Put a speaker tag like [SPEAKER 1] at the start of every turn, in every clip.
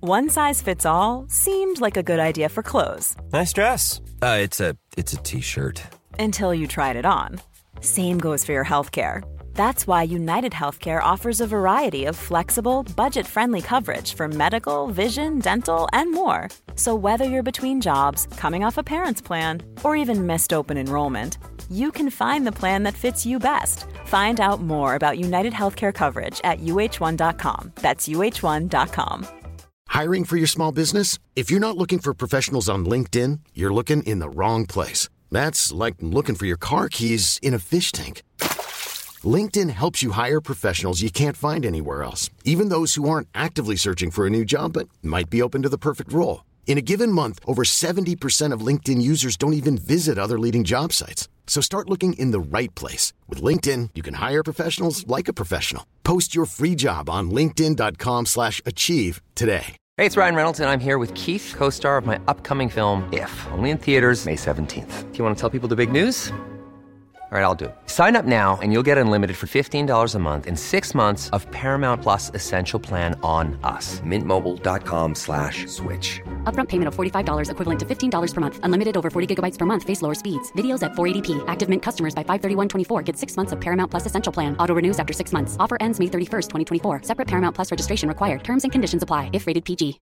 [SPEAKER 1] One size fits all seemed like a good idea for clothes.
[SPEAKER 2] Nice dress. It's a t-shirt.
[SPEAKER 1] Until you tried it on. Same goes for your healthcare. That's why United Healthcare offers a variety of flexible, budget-friendly coverage for medical, vision, dental, and more. So whether you're between jobs, coming off a parent's plan, or even missed open enrollment, you can find the plan that fits you best. Find out more about United Healthcare coverage at uh1.com. That's uh1.com.
[SPEAKER 3] Hiring for your small business? If you're not looking for professionals on LinkedIn, you're looking in the wrong place. That's like looking for your car keys in a fish tank. LinkedIn helps you hire professionals you can't find anywhere else, even those who aren't actively searching for a new job but might be open to the perfect role. In a given month, over 70% of LinkedIn users don't even visit other leading job sites. So start looking in the right place. With LinkedIn, you can hire professionals like a professional. Post your free job on linkedin.com/achieve today.
[SPEAKER 4] Hey, it's Ryan Reynolds, and I'm here with Keith, co-star of my upcoming film, If, only in theaters May 17th. Do you want to tell people the big news? All right, I'll do it. Sign up now and you'll get unlimited for $15 a month and 6 months of Paramount Plus Essential Plan on us. MintMobile.com/switch.
[SPEAKER 5] Upfront payment of $45 equivalent to $15 per month. Unlimited over 40 gigabytes per month. Face lower speeds. Videos at 480p. Active Mint customers by 531.24 get 6 months of Paramount Plus Essential Plan. Auto renews after 6 months. Offer ends May 31st, 2024. Separate Paramount Plus registration required. Terms and conditions apply if rated PG.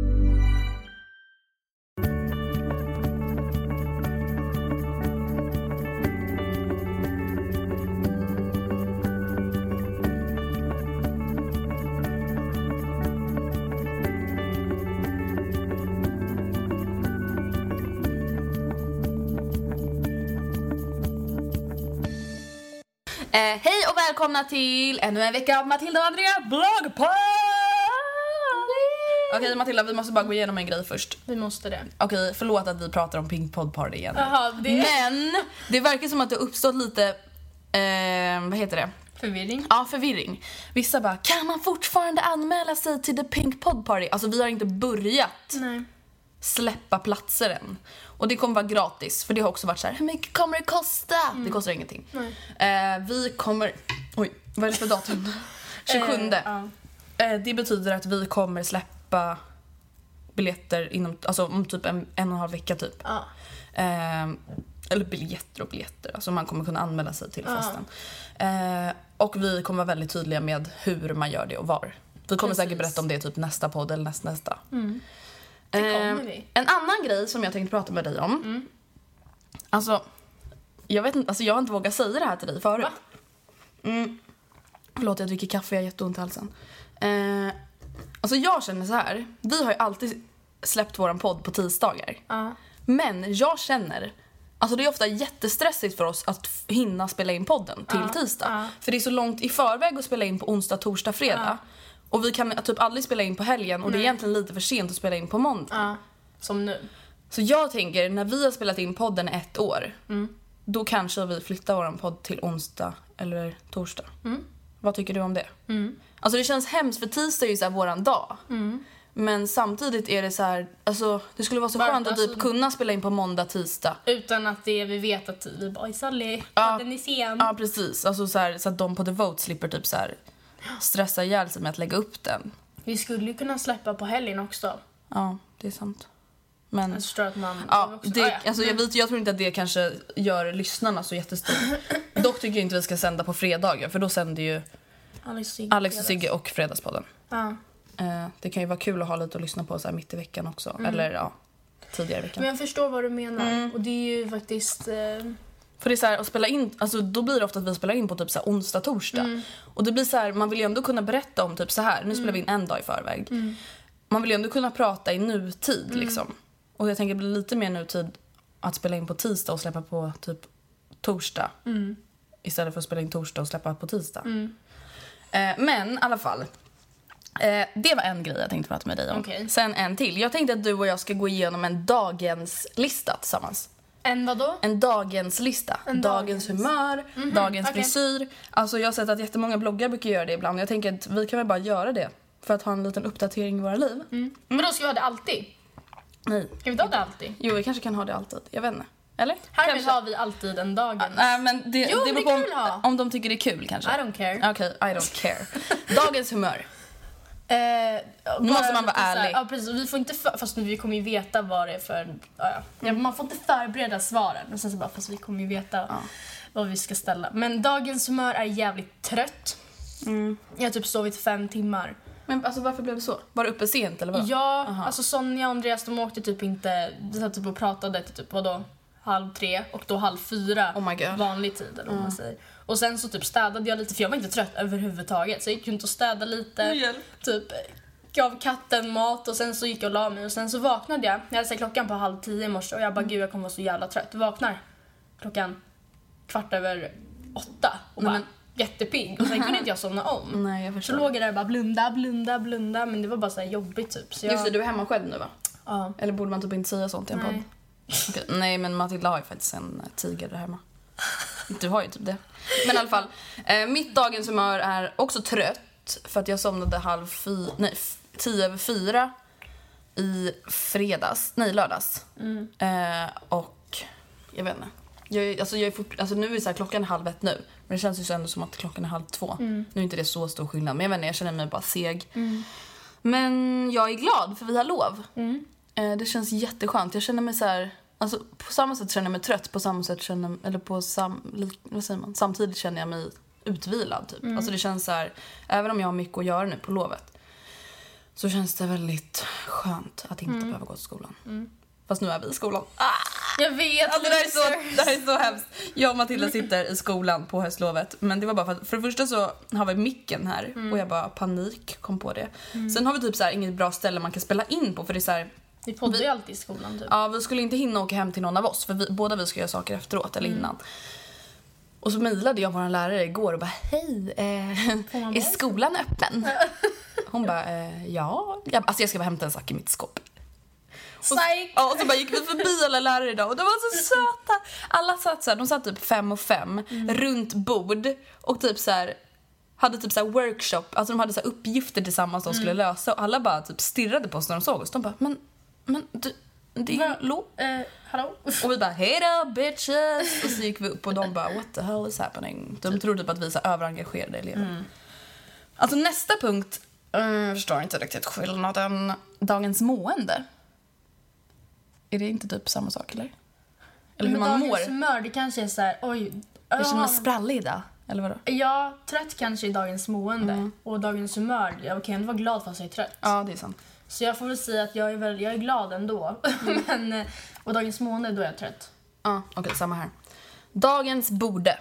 [SPEAKER 6] Hej och välkomna till ännu en vecka av Matilda och Andrea bloggpodd. Okej Matilda, vi måste bara gå igenom en grej först.
[SPEAKER 7] Vi måste det.
[SPEAKER 6] Okej, förlåt att vi pratar om Pink Pod Party igen.
[SPEAKER 7] Aha,
[SPEAKER 6] Men det verkar som att det uppstått lite vad heter det?
[SPEAKER 7] Förvirring.
[SPEAKER 6] Ja, förvirring. Vissa bara, kan man fortfarande anmäla sig till The Pink Pod Party? Alltså vi har inte börjat släppa platser än. Och det kommer vara gratis. För det har också varit så här, hur mycket kommer det kosta? Det kostar ingenting. Vi kommer, oj, vad är det för datum? 27. Det betyder att vi kommer släppa biljetter inom, alltså om typ en och en halv vecka typ. Eller biljetter. Alltså man kommer kunna anmäla sig till festen. Och vi kommer vara väldigt tydliga med hur man gör det och var. Vi kommer säkert berätta om det typ nästa podd eller nästa. En annan grej som jag tänkte prata med dig om. Alltså jag vet inte, alltså jag har inte vågat säga det här till dig förut. Förlåt, jag dricker kaffe, jag har jätteont i halsen. Alltså jag känner så här. Vi har ju alltid släppt våran podd på tisdagar. Men jag känner, alltså det är ofta jättestressigt för oss att hinna spela in podden till tisdag. För det är så långt i förväg att spela in på onsdag, torsdag, fredag. Och vi kan typ aldrig spela in på helgen. Och det är egentligen lite för sent att spela in på måndag.
[SPEAKER 7] Som nu.
[SPEAKER 6] Så jag tänker, när vi har spelat in podden 1 år, då kanske vi flyttar våran podd till onsdag eller torsdag. Vad tycker du om det? Alltså det känns hemskt, för tisdag är ju så här våran dag. Men samtidigt är det så här, alltså det skulle vara så skönt att typ kunna spela in på måndag, tisdag.
[SPEAKER 7] Utan att vi vet att vi bara är Sally, den är sen.
[SPEAKER 6] Ja, precis. Alltså så här, så att de på The Vote slipper typ så här stressa ihjäl sig med att lägga upp den.
[SPEAKER 7] Vi skulle ju kunna släppa på helgen också.
[SPEAKER 6] Ja, det är sant. Men
[SPEAKER 7] jag förstår att man
[SPEAKER 6] alltså jag tror inte att det kanske gör lyssnarna så jättestort. Dock tycker jag inte vi ska sända på fredagar, för då sänder ju Alex och Sigge och Fredagspodden. Det kan ju vara kul att ha lite att lyssna på så här mitt i veckan också. Eller tidigare i veckan.
[SPEAKER 7] Men jag förstår vad du menar. Och det är ju faktiskt
[SPEAKER 6] för det är så här, att spela in, alltså då blir det ofta att vi spelar in på typ så här onsdag, torsdag. Och det blir så här, man vill ju ändå kunna berätta om typ så här, nu spelar vi in en dag i förväg. Man vill ju ändå kunna prata i nutid liksom. Och jag tänker det blir lite mer nutid att spela in på tisdag och släppa på typ torsdag. Istället för att spela in torsdag och släppa på tisdag. Men i alla fall, det var en grej jag tänkte prata med dig om. Sen en till. Jag tänkte att du och jag ska gå igenom en dagens lista tillsammans.
[SPEAKER 7] En vadå?
[SPEAKER 6] En dagens lista. Dagens humör, dagens frisyr. Alltså jag har sett att jättemånga bloggar brukar göra det ibland. Jag tänker att vi kan väl bara göra det för att ha en liten uppdatering i våra liv.
[SPEAKER 7] Men då ska vi ha det alltid?
[SPEAKER 6] Nej.
[SPEAKER 7] Ska vi inte ha det alltid?
[SPEAKER 6] Jo, vi kanske kan ha det alltid. Jag vet inte. Eller?
[SPEAKER 7] Här har vi alltid en dagens.
[SPEAKER 6] Nej, men det beror på
[SPEAKER 7] kul
[SPEAKER 6] om de tycker det är kul kanske.
[SPEAKER 7] I don't care.
[SPEAKER 6] Okej, I don't care. Dagens humör. Måste man vara ärlig.
[SPEAKER 7] Ja, precis. Vi får inte fast vi kommer ju veta vad det är för... Ja, man får inte förbereda svaren. Och sen så bara, fast vi kommer ju veta vad vi ska ställa. Men dagens humör är jävligt trött. Jag har typ sovit 5 timmar.
[SPEAKER 6] Men alltså varför blev det så? Var det uppe sent eller vad?
[SPEAKER 7] Ja, alltså Sonja och Andreas, de åkte typ inte... De satt typ och pratade till typ, vadå? 2:30 och då 3:30
[SPEAKER 6] Oh my God.
[SPEAKER 7] vanlig tid eller vad man säger. Och sen så typ städade jag lite för jag var inte trött överhuvudtaget. Så jag gick runt och städade lite. Typ gav katten mat och sen så gick jag och la mig. Och sen så vaknade jag. Jag hade sett klockan på 9:30 i morse och jag bara gud jag kommer vara så jävla trött. Vaknar klockan 8:15 och bara jättepigg. Och sen kunde inte jag somna om.
[SPEAKER 6] Nej, jag förstår.
[SPEAKER 7] Så låg jag där och bara blunda. Men det var bara så här jobbigt typ. Så jag...
[SPEAKER 6] Just det, du är hemma själv nu va?
[SPEAKER 7] Ja.
[SPEAKER 6] Eller borde man typ inte säga sånt i en podd? Okay. Nej, men Matilda har ju faktiskt en tiger där hemma. Du har ju typ det. Men i alla fall, mitt dagens humör är också trött. För att jag somnade 3:50 i lördags. Och jag vet inte. Nu är det så här, klockan är 1:30 nu. Men det känns ju ändå som att klockan är 1:30. Nu är inte det så stor skillnad. Men jag vet inte, jag känner mig bara seg. Men jag är glad för vi har lov. Det känns jätteskönt. Jag känner mig så här, alltså på samma sätt känner jag mig trött, på samma sätt samtidigt känner jag mig utvilad typ. Alltså det känns så här, även om jag har mycket att göra nu på lovet så känns det väldigt skönt att inte behöva gå till skolan. Fast nu är vi i skolan.
[SPEAKER 7] Jag vet.
[SPEAKER 6] Alltså, det här är så hemskt. Jag och Matilda sitter i skolan på höstlovet. Men det var bara för det första så har vi micken här. Och jag bara panik kom på det. Sen har vi typ så här inget bra ställe man kan spela in på. För det är så här,
[SPEAKER 7] vi poddar ju alltid i skolan typ.
[SPEAKER 6] Ja, vi skulle inte hinna åka hem till någon av oss. För båda vi ska göra saker efteråt eller innan. Och så mejlade jag vår lärare igår och bara hej, är skolan öppen? Hon bara, ja. Alltså jag ska bara hämta en sak i mitt skåp. Och så bara gick vi förbi alla lärare idag och de var så söta. Alla satt så här, de satt typ 5 och 5 runt bord och typ så här hade typ så här workshop, alltså de hade så här uppgifter tillsammans de skulle lösa och alla bara typ stirrade på oss när de såg oss. De bara, men du, det är ju
[SPEAKER 7] hallå?
[SPEAKER 6] Och vi bara, hej då bitches. Och så gick vi upp och de bara, what the hell is happening? De trodde typ att vi är så överengagerade elever. Alltså nästa punkt, jag förstår inte riktigt skillnaden. Dagens mående. Är det inte typ samma sak eller? Eller hur man mår?
[SPEAKER 7] Dagens humör, det kanske är så här, oj.
[SPEAKER 6] Jag känner mig sprallig idag, eller vadå?
[SPEAKER 7] Ja, trött kanske i dagens mående. Och dagens humör, jag kan ändå vara glad fast jag är trött.
[SPEAKER 6] Ja, det är sant.
[SPEAKER 7] Så jag får väl säga att jag är glad ändå. Men, och dagens mående, då är jag trött.
[SPEAKER 6] Ja, okej, samma här. Dagens borde.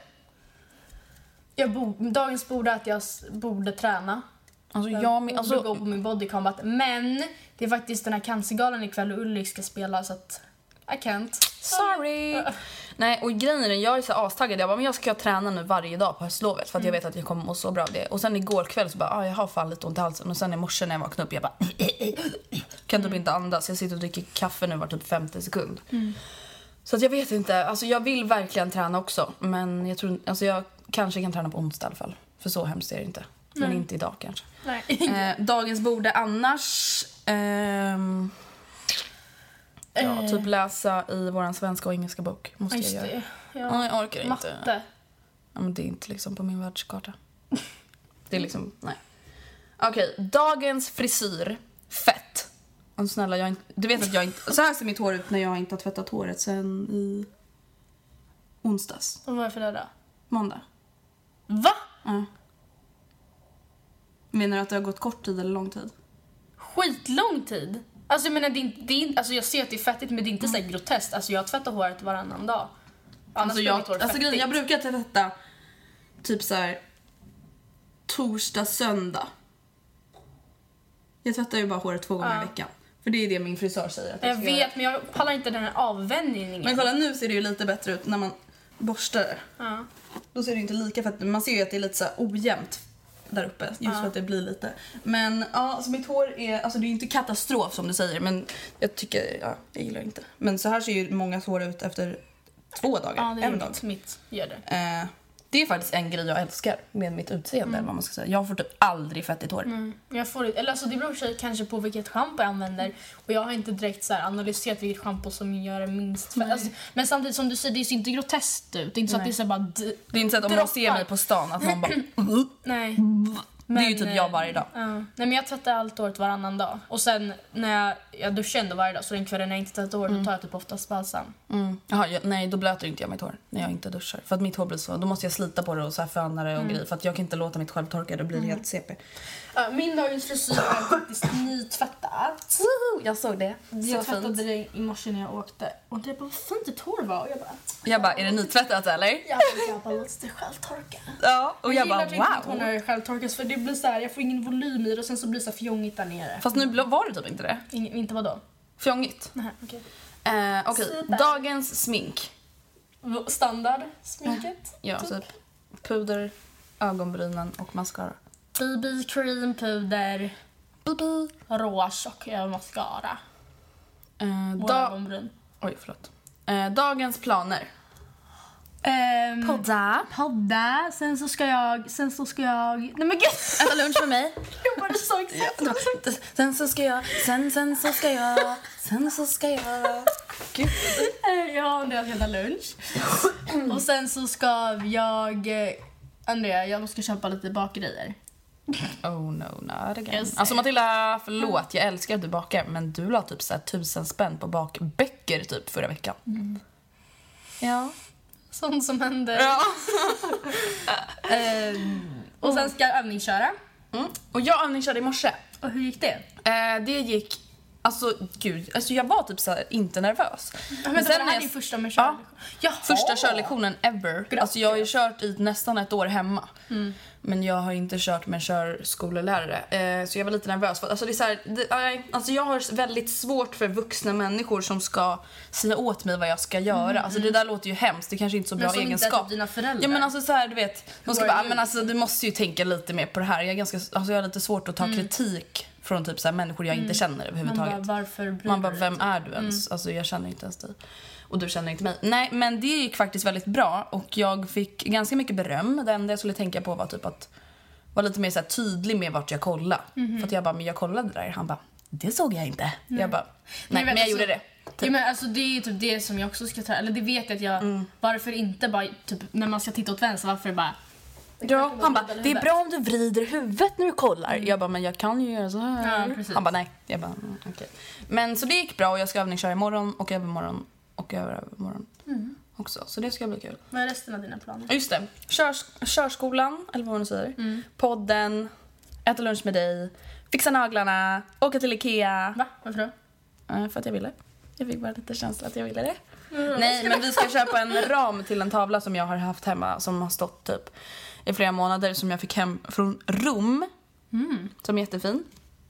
[SPEAKER 7] Dagens borde att jag borde träna.
[SPEAKER 6] Alltså
[SPEAKER 7] jag borde gå på min body combat. Men det är faktiskt den här cancergalan ikväll och Ulrik ska spela så att I can't.
[SPEAKER 6] Sorry. Nej, och grejen är jag är så astaggad. Jag bara, men jag ska träna nu varje dag på höstlovet för att jag vet att jag kommer må så bra av det. Och sen igår kväll så bara, jag har fan lite ont i halsen. Och sen i morse när jag vaknade upp, jag bara kan typ inte andas. Jag sitter och dricker kaffe nu var typ 50 sekund. Så att jag vet inte, alltså jag vill verkligen träna också. Men jag tror, alltså jag kanske kan träna på onsdag i alla fall. För så hemskt är det inte. Men inte idag kanske. Dagens borde annars typ läsa i våran svenska och engelska bok. Måste jag göra.
[SPEAKER 7] Det.
[SPEAKER 6] Ja, jag orkar inte.
[SPEAKER 7] Matte.
[SPEAKER 6] Ja, men det är inte liksom på min världskarta. Det är liksom, nej. Okej, dagens frisyr. Fett. Alltså snälla, du vet att jag inte... Så här ser mitt hår ut när jag inte har tvättat håret sen i onsdags.
[SPEAKER 7] Och varför det då?
[SPEAKER 6] Måndag.
[SPEAKER 7] Va?
[SPEAKER 6] Ja. Menar du att det har gått kort tid eller lång tid?
[SPEAKER 7] Skitlång tid. Alltså jag menar, alltså jag ser att det är fettigt men det är inte så här groteskt. Alltså jag tvättar håret varannan dag.
[SPEAKER 6] Alltså jag brukar tvätta typ så här torsdag, söndag. Jag tvättar ju bara håret 2 gånger i veckan. För det är det min frisör säger att
[SPEAKER 7] jag vet, men jag pallar inte den här avvändningen.
[SPEAKER 6] Men kolla, nu ser det ju lite bättre ut när man borstar det.
[SPEAKER 7] Ja.
[SPEAKER 6] Då ser det inte lika fett. Man ser ju att det är lite så här ojämnt där uppe. Just för att det blir lite. Men ja, alltså mitt hår är... Alltså det är ju inte katastrof som du säger. Men jag tycker... Ja, jag gillar inte. Men så här ser ju många hår ut efter 2 dagar.
[SPEAKER 7] Ja, det är
[SPEAKER 6] en dag.
[SPEAKER 7] mitt gör det.
[SPEAKER 6] Det är faktiskt en grej jag älskar med mitt utseende. Vad man ska säga. Jag får typ aldrig fettigt hår.
[SPEAKER 7] Jag får det. Eller alltså det beror kanske på vilket shampoo jag använder. Och jag har inte direkt så här analyserat vilket shampoo som gör det minst fett. Alltså, men samtidigt som du säger, det ser inte groteskt ut. Det är inte så att det är så bara...
[SPEAKER 6] Det är inte så att om man ser mig på stan att man bara...
[SPEAKER 7] Nej.
[SPEAKER 6] Det är ju typ jag varje dag.
[SPEAKER 7] Nej, men jag tvättar allt håret varannan dag. Och sen när jag duschar ändå varje dag, så den kvällen när jag inte tvättar hår, då tar jag typ oftast balsam.
[SPEAKER 6] Jaha, nej, då blöter inte jag mitt hår när jag inte duschar. För att mitt hår blir så, då måste jag slita på det och så här föna det och grejer. För att jag kan inte låta mitt självtorka, det blir helt CP.
[SPEAKER 7] Min dagens frisyr är faktiskt nytvättat.
[SPEAKER 6] Jag såg det.
[SPEAKER 7] Jag tvättade det i morse när jag åkte. Och det bara, vad fint ditt hår var. Och
[SPEAKER 6] jag bara, är det nytvättat eller?
[SPEAKER 7] Jag bara, låt det självtorka.
[SPEAKER 6] Ja, och jag bara,
[SPEAKER 7] wow. Hår när det självtorkas, för det blir så här, jag får ingen volym i det och sen så blir det så fjongigt där nere.
[SPEAKER 6] Fast nu var det typ inte det.
[SPEAKER 7] Inte vad då?
[SPEAKER 6] Fjongigt.
[SPEAKER 7] Nej, okej.
[SPEAKER 6] Okej, dagens smink.
[SPEAKER 7] Standard sminket.
[SPEAKER 6] Ja, typ puder, ögonbrynen och mascara.
[SPEAKER 7] BB cream, puder, rouge och mascara. Och ögonbryn.
[SPEAKER 6] Oj, förlåt. Dagens planer.
[SPEAKER 7] Podda. Sen så ska jag... Nej men gud!
[SPEAKER 6] Äta lunch med mig.
[SPEAKER 7] Jag var så exakt.
[SPEAKER 6] Sen så ska jag. Gud.
[SPEAKER 7] Ja, det är att äta lunch. Och sen så ska jag... Andrea, jag ska köpa lite bakgrejer.
[SPEAKER 6] Oh no, not again. Alltså Matilda, förlåt, jag älskar att du bakar, men du la typ så här 1000 spänn på bakböcker typ förra veckan. Ja.
[SPEAKER 7] Sånt som händer.
[SPEAKER 6] Ja.
[SPEAKER 7] Och sen ska jag övningsköra.
[SPEAKER 6] Och jag övningskörde i morse.
[SPEAKER 7] Och hur gick det?
[SPEAKER 6] Det gick... Alltså, gud. Alltså, jag var typ så här, inte nervös.
[SPEAKER 7] Men sen var det din första med körlektion?
[SPEAKER 6] Ja, första körlektionen ever. Alltså, jag har ju kört i nästan ett år hemma. Men jag har inte kört med en körskolelärare. Så jag var lite nervös. Alltså, det är så här, alltså, jag har väldigt svårt för vuxna människor som ska säga åt mig vad jag ska göra. Alltså, det där låter ju hemskt. Det kanske inte är så bra egenskap.
[SPEAKER 7] Men som inte är typ dina föräldrar.
[SPEAKER 6] Ja, men alltså så här, du vet. De ska bara, men alltså, du måste ju tänka lite mer på det här. Jag har lite svårt att ta kritik från typ så här människor jag inte känner överhuvudtaget.
[SPEAKER 7] Man
[SPEAKER 6] bara, vem är du ens? Alltså, jag känner inte ens dig. Och du känner inte mig. Nej, men det gick faktiskt väldigt bra. Och jag fick ganska mycket beröm. Det enda jag skulle tänka på var typ att vara lite mer så här tydlig med vart jag kollade. För att jag bara, men jag kollade där. Han bara, det såg jag inte. Jag bara, nej men jag gjorde det. Typ.
[SPEAKER 7] Ja, men alltså, det är typ det som jag också ska ta. Eller det vet jag att jag... Varför inte bara, typ, när man ska titta åt vänster, varför bara...
[SPEAKER 6] Ja, han bara, det är bra om du vrider huvudet när du kollar. Jag bara, men jag kan ju göra så här.
[SPEAKER 7] Ja, precis.
[SPEAKER 6] Han bara, nej. Jag bara, okej. Men så det gick bra och jag ska övningsköra imorgon och övermorgon och övermorgon också. Så det ska bli kul.
[SPEAKER 7] Vad är resten av dina planer?
[SPEAKER 6] Just det. Körskolan, eller vad man säger. Podden, äta lunch med dig, fixa naglarna, åka till Ikea.
[SPEAKER 7] Va? Varför då?
[SPEAKER 6] För att jag ville. Jag fick bara lite känsla att jag ville det. Nej, men vi ska köpa en ram till en tavla som jag har haft hemma som har stått typ i flera månader, som jag fick hem från Rom. Som är jättefin.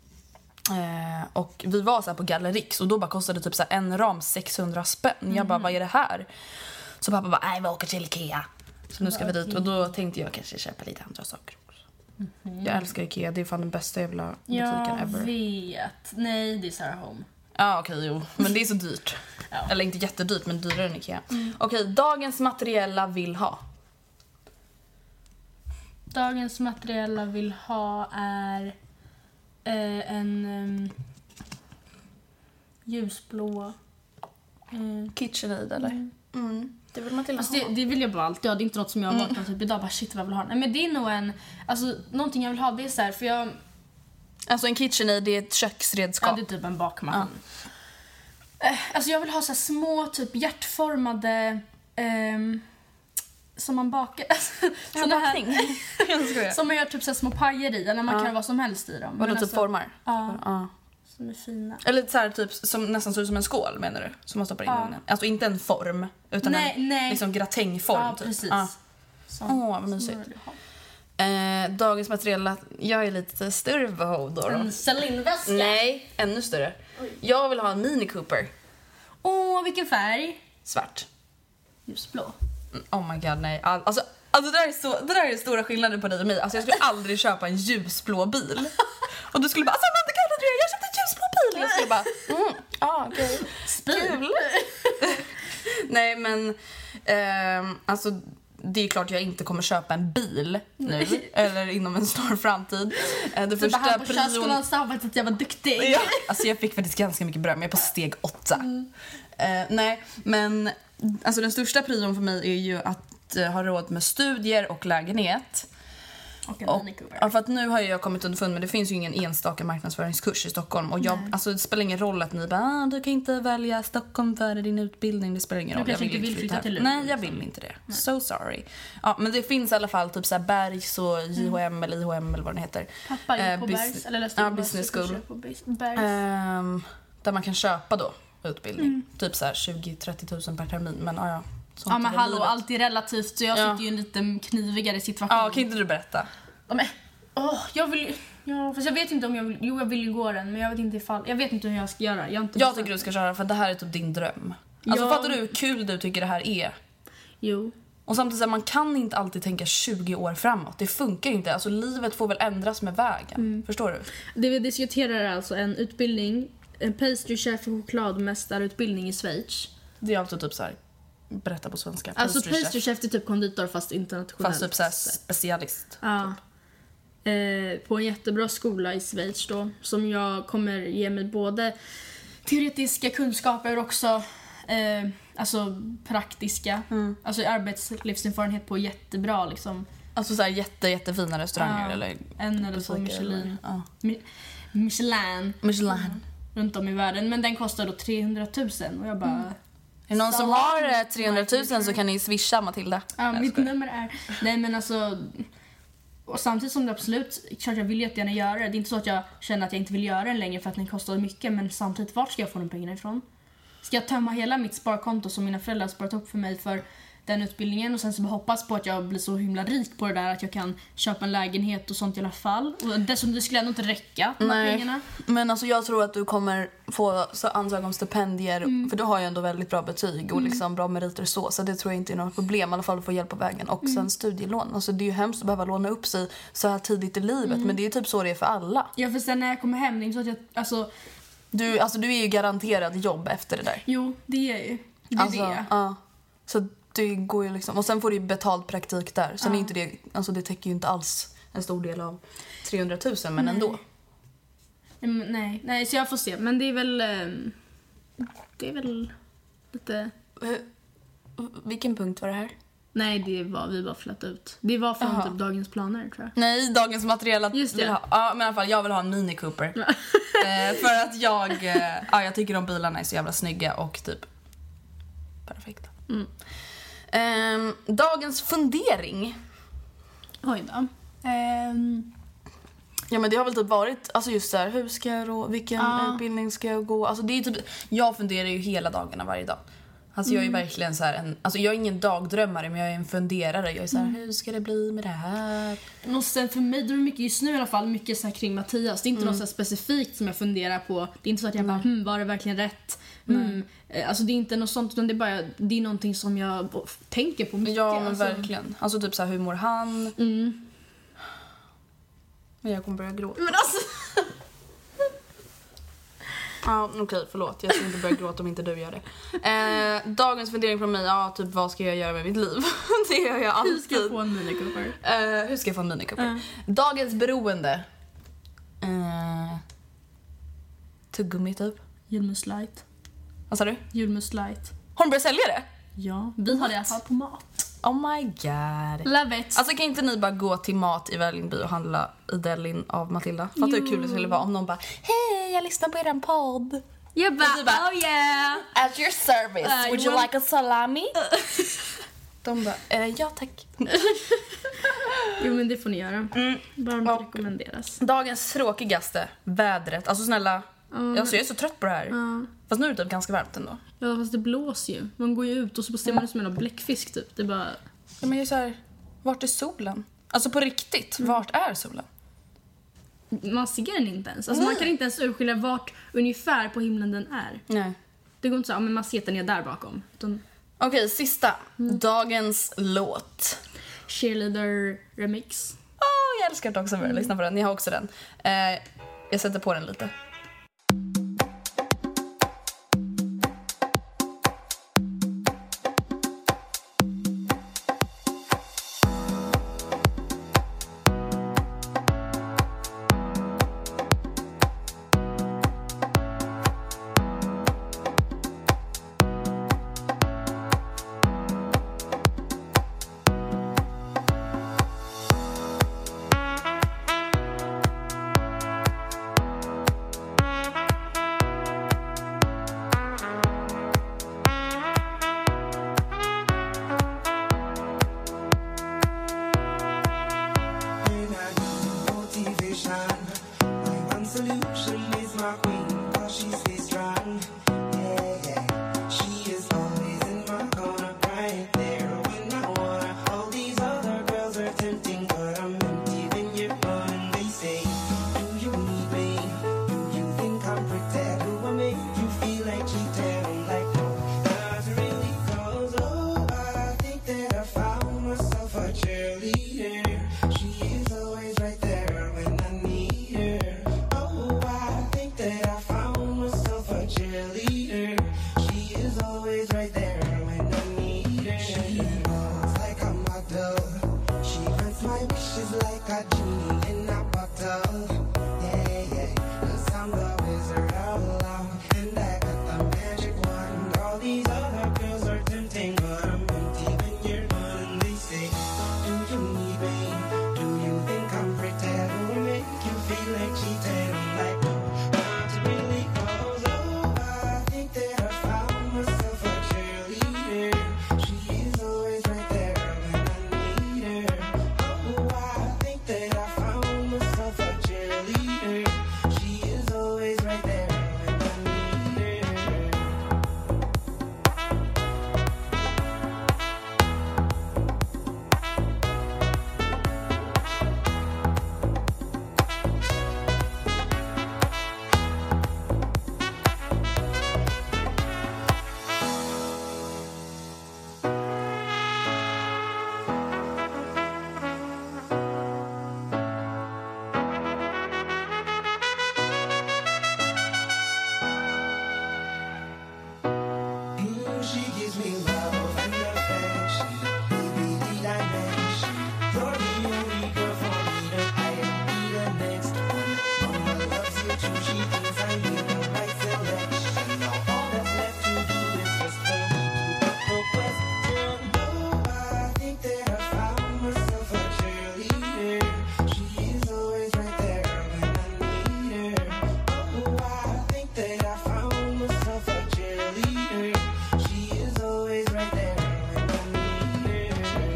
[SPEAKER 6] Och vi var så här på Gallerix och då bara kostade typ så här en ram 600 spänn. Jag bara, vad är det här? Så pappa bara, nej, vi åker till Ikea. Så nu ska vi dit och då tänkte jag kanske köpa lite andra saker också. Jag älskar Ikea, det är fan den bästa jävla butiken ever.
[SPEAKER 7] Jag vet. Nej, det är Sarah Home.
[SPEAKER 6] Ja, okej, jo. Men det är så dyrt. Eller inte jättedyrt, men dyrare än Ikea. Okej, dagens materiella vill ha.
[SPEAKER 7] Dagens materiella vill ha är en ljusblå
[SPEAKER 6] KitchenAid, eller? Det vill man till
[SPEAKER 7] alltså det vill jag bara alltid ha. Det är inte något som jag har vaknat typ idag bara shit vad jag vill ha. Nej, men det är nog en, alltså någonting jag vill ha, det är så här, för jag...
[SPEAKER 6] Alltså en KitchenAid, det är ett köksredskap.
[SPEAKER 7] Ja, det är typ en bakmaskin. Alltså jag vill ha så här små typ hjärtformade som man bakar. Såna här som man gör typ så här små pajer i, eller man kan ha vad som helst i dem.
[SPEAKER 6] Vadå, typ formar?
[SPEAKER 7] Ja. Som är fina.
[SPEAKER 6] Eller så här, typ som nästan ser ut som en skål, menar du? Som man stoppar in i ugnen. Alltså inte en form, utan en liksom gratängform.
[SPEAKER 7] Ja,
[SPEAKER 6] typ.
[SPEAKER 7] precis.
[SPEAKER 6] Åh, vad mysigt. Dagens materiella, jag är lite större behov då.
[SPEAKER 7] En Celine-väska?
[SPEAKER 6] Nej, ännu större. Jag vill ha en Mini Cooper.
[SPEAKER 7] Åh, vilken färg?
[SPEAKER 6] Svart.
[SPEAKER 7] Ljusblå.
[SPEAKER 6] Oh my god, nej. Alltså det där är stora skillnader på dig och mig. Alltså jag skulle aldrig köpa en ljusblå bil. Och du skulle bara, alltså men det kan du, jag köpte en ljusblå bil. Jag skulle bara, okej. Kul. Nej, men alltså det är klart jag inte kommer köpa en bil nu eller inom en snar framtid. Det första prion
[SPEAKER 7] sa att jag var duktig.
[SPEAKER 6] Ja, alltså jag fick faktiskt ganska mycket beröm. Jag är på steg 8. Nej, men alltså den största prion för mig är ju att ha råd med studier och lägenhet.
[SPEAKER 7] Och en Mini Cooper.
[SPEAKER 6] Ja, för att nu har jag kommit underfund med det finns ju ingen enstaka marknadsföringskurs i Stockholm. Och alltså, det spelar ingen roll att ni bara, du kan inte välja Stockholm för din utbildning. Det spelar ingen roll.
[SPEAKER 7] Jag vill flytta till
[SPEAKER 6] Nej, jag vill inte det. Nej. So sorry. Ja, men det finns i alla fall typ så här Bergs och JHM eller IHM eller vad den heter.
[SPEAKER 7] Pappa gick på Bergs, eller läste på
[SPEAKER 6] Business School.
[SPEAKER 7] Bergs.
[SPEAKER 6] Där man kan köpa då utbildning. Typ så här 20-30 000 per termin. Men ja.
[SPEAKER 7] Ja, men hallå, allt är relativt, så jag sitter ju i en lite knivigare situation.
[SPEAKER 6] Ja, kan inte du berätta?
[SPEAKER 7] Jag vill... Ja, fast jag vet inte om jag vill... Jo, jag vill ju gå den, men jag vet inte ifall... Jag vet inte hur jag ska göra. Jag
[SPEAKER 6] tycker du ska köra, för det här är typ din dröm. Alltså, fattar du hur kul du tycker det här är?
[SPEAKER 7] Jo.
[SPEAKER 6] Och samtidigt, man kan inte alltid tänka 20 år framåt. Det funkar inte. Alltså, livet får väl ändras med vägen. Förstår du?
[SPEAKER 7] Det vi diskuterar är alltså en utbildning, en pastrychef och chokladmästarutbildning i Schweiz.
[SPEAKER 6] Det är alltså typ så här... Berätta på svenska.
[SPEAKER 7] Alltså pastrychef är typ konditor fast internationellt.
[SPEAKER 6] Fast typ såhär specialist.
[SPEAKER 7] Ja. Typ. På en jättebra skola i Schweiz då. Som jag kommer ge mig både teoretiska kunskaper och också alltså praktiska. Alltså arbetslivserfarenhet på jättebra liksom.
[SPEAKER 6] Alltså såhär jättefina restauranger eller
[SPEAKER 7] en eller två Michelin. Michelin. Runt om i världen. Men den kostar då 300 000 och jag bara...
[SPEAKER 6] Är det någon som har 300 000 så kan ni swisha Matilda.
[SPEAKER 7] Ja, mitt nummer är... Nej, men alltså... Och samtidigt som det absolut... Klart jag vill jättegärna göra det. Det är inte så att jag känner att jag inte vill göra den längre för att den kostar mycket. Men samtidigt, vart ska jag få de pengarna ifrån? Ska jag tömma hela mitt sparkonto som mina föräldrar har sparat upp för mig för den utbildningen och sen så hoppas på att jag blir så himla rik på det där att jag kan köpa en lägenhet och sånt i alla fall. Och dessutom, det skulle ändå inte räcka, de här pengarna.
[SPEAKER 6] Men alltså jag tror att du kommer få ansöka om stipendier för du har ju ändå väldigt bra betyg och liksom bra meriter så det tror jag inte är något problem, i alla fall att få hjälp på vägen. Och sen studielån, alltså det är ju hemskt att behöva låna upp sig så här tidigt i livet, men det är ju typ så det är för alla.
[SPEAKER 7] Ja, för sen när jag kommer hem, det är inte så att jag,
[SPEAKER 6] du är ju garanterad jobb efter det där.
[SPEAKER 7] Jo, det är ju. Det är alltså, det.
[SPEAKER 6] Ja. Så det går ju liksom, och sen får du ju betald praktik där. Sen är inte det, alltså det täcker ju inte alls en stor del av 300 000, men ändå.
[SPEAKER 7] Nej, så jag får se. Men det är väl lite...
[SPEAKER 6] Vilken punkt var det här?
[SPEAKER 7] Nej, vi bara flätt ut. Det var från typ dagens planer, tror jag.
[SPEAKER 6] Nej, dagens materiella.
[SPEAKER 7] Just det.
[SPEAKER 6] Ja, men i alla fall, jag vill ha en Mini Cooper. För att jag tycker de bilarna är så jävla snygga och typ perfekta. Dagens fundering.
[SPEAKER 7] Oj då.
[SPEAKER 6] Ja, men det har väl typ varit, alltså just så här, hur ska jag då, vilken utbildning ska jag gå? Alltså det är typ, jag funderar ju hela dagarna varje dag. Alltså jag är verkligen så här alltså jag är ingen dagdrömmare, men jag är en funderare. Jag är så här, hur ska det bli med det här?
[SPEAKER 7] Och sen för mig, det är mycket just nu i alla fall, mycket så här kring Mattias. Det är inte något så här specifikt som jag funderar på. Det är inte så att jag bara, var det verkligen rätt? Alltså det är inte något sånt, utan det är någonting som jag tänker på mycket.
[SPEAKER 6] Ja, men verkligen. Alltså typ så här, hur mår han? Men jag kommer börja gråta.
[SPEAKER 7] Men alltså...
[SPEAKER 6] Ja, okej, förlåt. Jag ska inte börja gråta om inte du gör det. Dagens fundering från mig, typ vad ska jag göra med mitt liv? Det gör jag alltid.
[SPEAKER 7] Hur ska jag få en Mini Cooper?
[SPEAKER 6] Hur ska jag få en Mini Cooper? Dagens beroende. Tuggummi typ.
[SPEAKER 7] Julmust light.
[SPEAKER 6] Vad sa du?
[SPEAKER 7] Julmust light.
[SPEAKER 6] Har de börjat sälja det?
[SPEAKER 7] Ja, vi har det i alla fall på mat.
[SPEAKER 6] Oh my god.
[SPEAKER 7] Love it.
[SPEAKER 6] Alltså kan inte ni bara gå till mat i Vällingby och handla i Delin av Matilda? Fattar hur kul det skulle vara om någon bara, hej, jag lyssnar på eran podd.
[SPEAKER 7] Jag bara, oh yeah.
[SPEAKER 6] At your service, would you like a salami? De bara, ja tack.
[SPEAKER 7] Jo, men det får ni göra. Varmt rekommenderas.
[SPEAKER 6] Dagens tråkigaste, vädret. Alltså snälla, jag är så trött på det här. Fast nu är det typ ganska varmt ändå.
[SPEAKER 7] Ja, fast det blåser ju. Man går ju ut och så ser man ut som en bläckfisk typ. Det är bara...
[SPEAKER 6] Ja, men jag är så här, vart är solen? Alltså på riktigt, vart är solen?
[SPEAKER 7] Man ser den inte ens. Alltså man kan inte ens urskilja vart ungefär på himlen den är.
[SPEAKER 6] Nej.
[SPEAKER 7] Det går inte så, men man ser att den är där bakom.
[SPEAKER 6] Okej, sista. Dagens låt.
[SPEAKER 7] Cheerleader remix.
[SPEAKER 6] Jag älskar att också börja lyssna på den. Ni har också den. Jag sätter på den lite.
[SPEAKER 8] she stays strong. Yeah, yeah. She is always in my corner, right there when I wanna. All these other girls are tempting, but I'm empty when you're gone. And they say, do you need me? Do you think I'm pretend? Do I make you feel like cheating? I'm like, no, not really, cause oh, I think that I found myself a cheerleader. She is always right there when I need her. Oh, I think that I found myself a cheerleader. She is always right there when I need her. She walks like a model. She grants my wishes like a genie in a bottle. Yeah, yeah, 'cause I'm the wizard of love, and I got the magic wand. All these other girls are tempting, but I'm empty when you're gone. And they say, do you need me? Do you think I'm pretend? Do I make you feel like cheating? I'm like, no, not really, cause oh, I think that I found myself a cheerleader. She is always right there when I need her. Oh, I think that I found myself a cheerleader. She is always right there when I need her. She gives me love and affection, baby, the dimension. You're the only girl for me to I'll be the next one. Mama loves you too, she thinks I made the right selection. Now all that's left to do is just for me to put the question. Oh, I think that I found myself a cheerleader. She is always right there when I need her. Oh, I think that I found myself a cheerleader. She is always right there when I need her.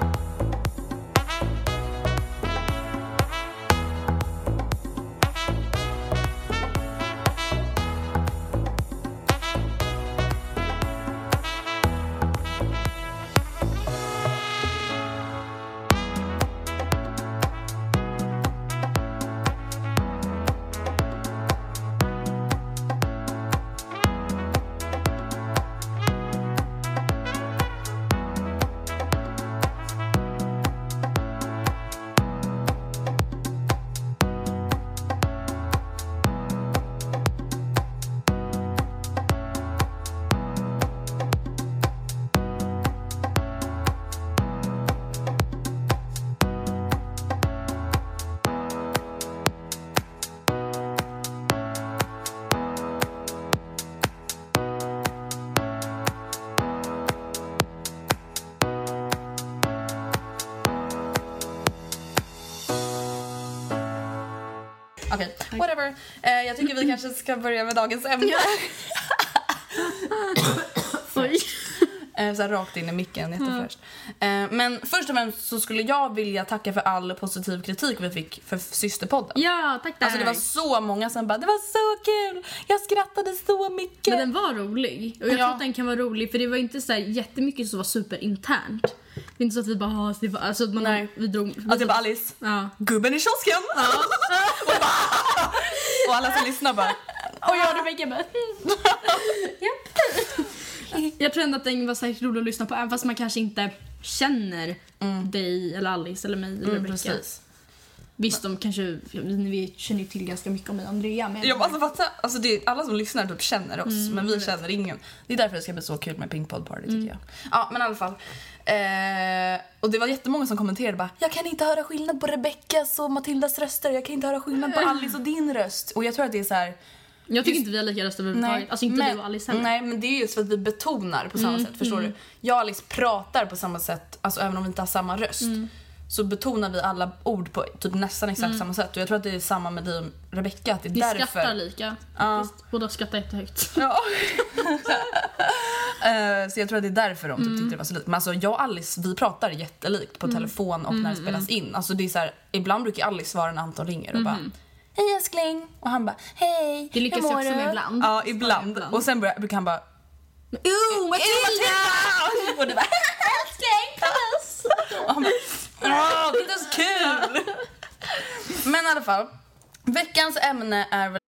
[SPEAKER 6] Okej, whatever. Jag tycker vi kanske ska börja med dagens ämne.
[SPEAKER 7] Oj.
[SPEAKER 6] Så här rakt in i micken, jättefräscht. Men först och främst så skulle jag vilja tacka för all positiv kritik vi fick för systerpodden.
[SPEAKER 7] Ja, tack.
[SPEAKER 6] Alltså det var så många som bara, det var så kul, jag skrattade så mycket.
[SPEAKER 7] Men den var rolig. Och jag tror att den kan vara rolig, för det var inte så här jättemycket som var superinternt. Det är inte så att vi bara det var, alltså man,
[SPEAKER 6] nej.
[SPEAKER 7] Vi drog.
[SPEAKER 6] Alltså det var Alice, gubben i kiosken.
[SPEAKER 7] Ja.
[SPEAKER 6] Och alla som lyssnar bara,
[SPEAKER 7] och jag och Rebecca bara japp. Jag tror ändå att den var så rolig att lyssna på, även fast man kanske inte känner dig eller Alice eller mig eller Rebecca.
[SPEAKER 6] Precis.
[SPEAKER 7] Visst, de kanske, vi känner ju till ganska mycket om mig, Andrea. Men
[SPEAKER 6] jag bara fattar, alltså det är, alla som lyssnar typ känner oss, men vi känner ingen. Det är därför det ska bli så kul med Pink Pod Party tycker jag. Ja, men i alla fall. Och det var jättemånga som kommenterade bara, jag kan inte höra skillnad på Rebeckas och Matildas röster, jag kan inte höra skillnad på Alice och din röst. Och jag tror att det är så här.
[SPEAKER 7] Jag tycker inte vi har lika röster överhuvudtaget. Alltså inte du och Alice heller.
[SPEAKER 6] Nej, men det är just för att vi betonar på samma sätt, förstår du? Jag och Alice pratar på samma sätt, alltså även om vi inte har samma röst. Så betonar vi alla ord på typ nästan exakt samma sätt. Och jag tror att det är samma med dig och Rebecca, att det är därför.
[SPEAKER 7] Vi skrattar lika. Visst, båda skrattar jättehögt.
[SPEAKER 6] Ja. Så jag tror att det är därför de typ tyckte det var så likt. Men alltså jag och Alice, vi pratar jättelikt på telefon och när det spelas in. Alltså det är så här, ibland brukar Alice svara när Anton ringer och bara, hej älskling. Och han bara, hej,
[SPEAKER 7] Det lyckas
[SPEAKER 6] hur mår
[SPEAKER 7] också
[SPEAKER 6] du?
[SPEAKER 7] med ibland.
[SPEAKER 6] Ja, ibland. Och sen brukar han bara, Matilda! Och du bara, älskling, puss! Och han bara, det är inte så kul. Men i alla fall, veckans ämne är väl...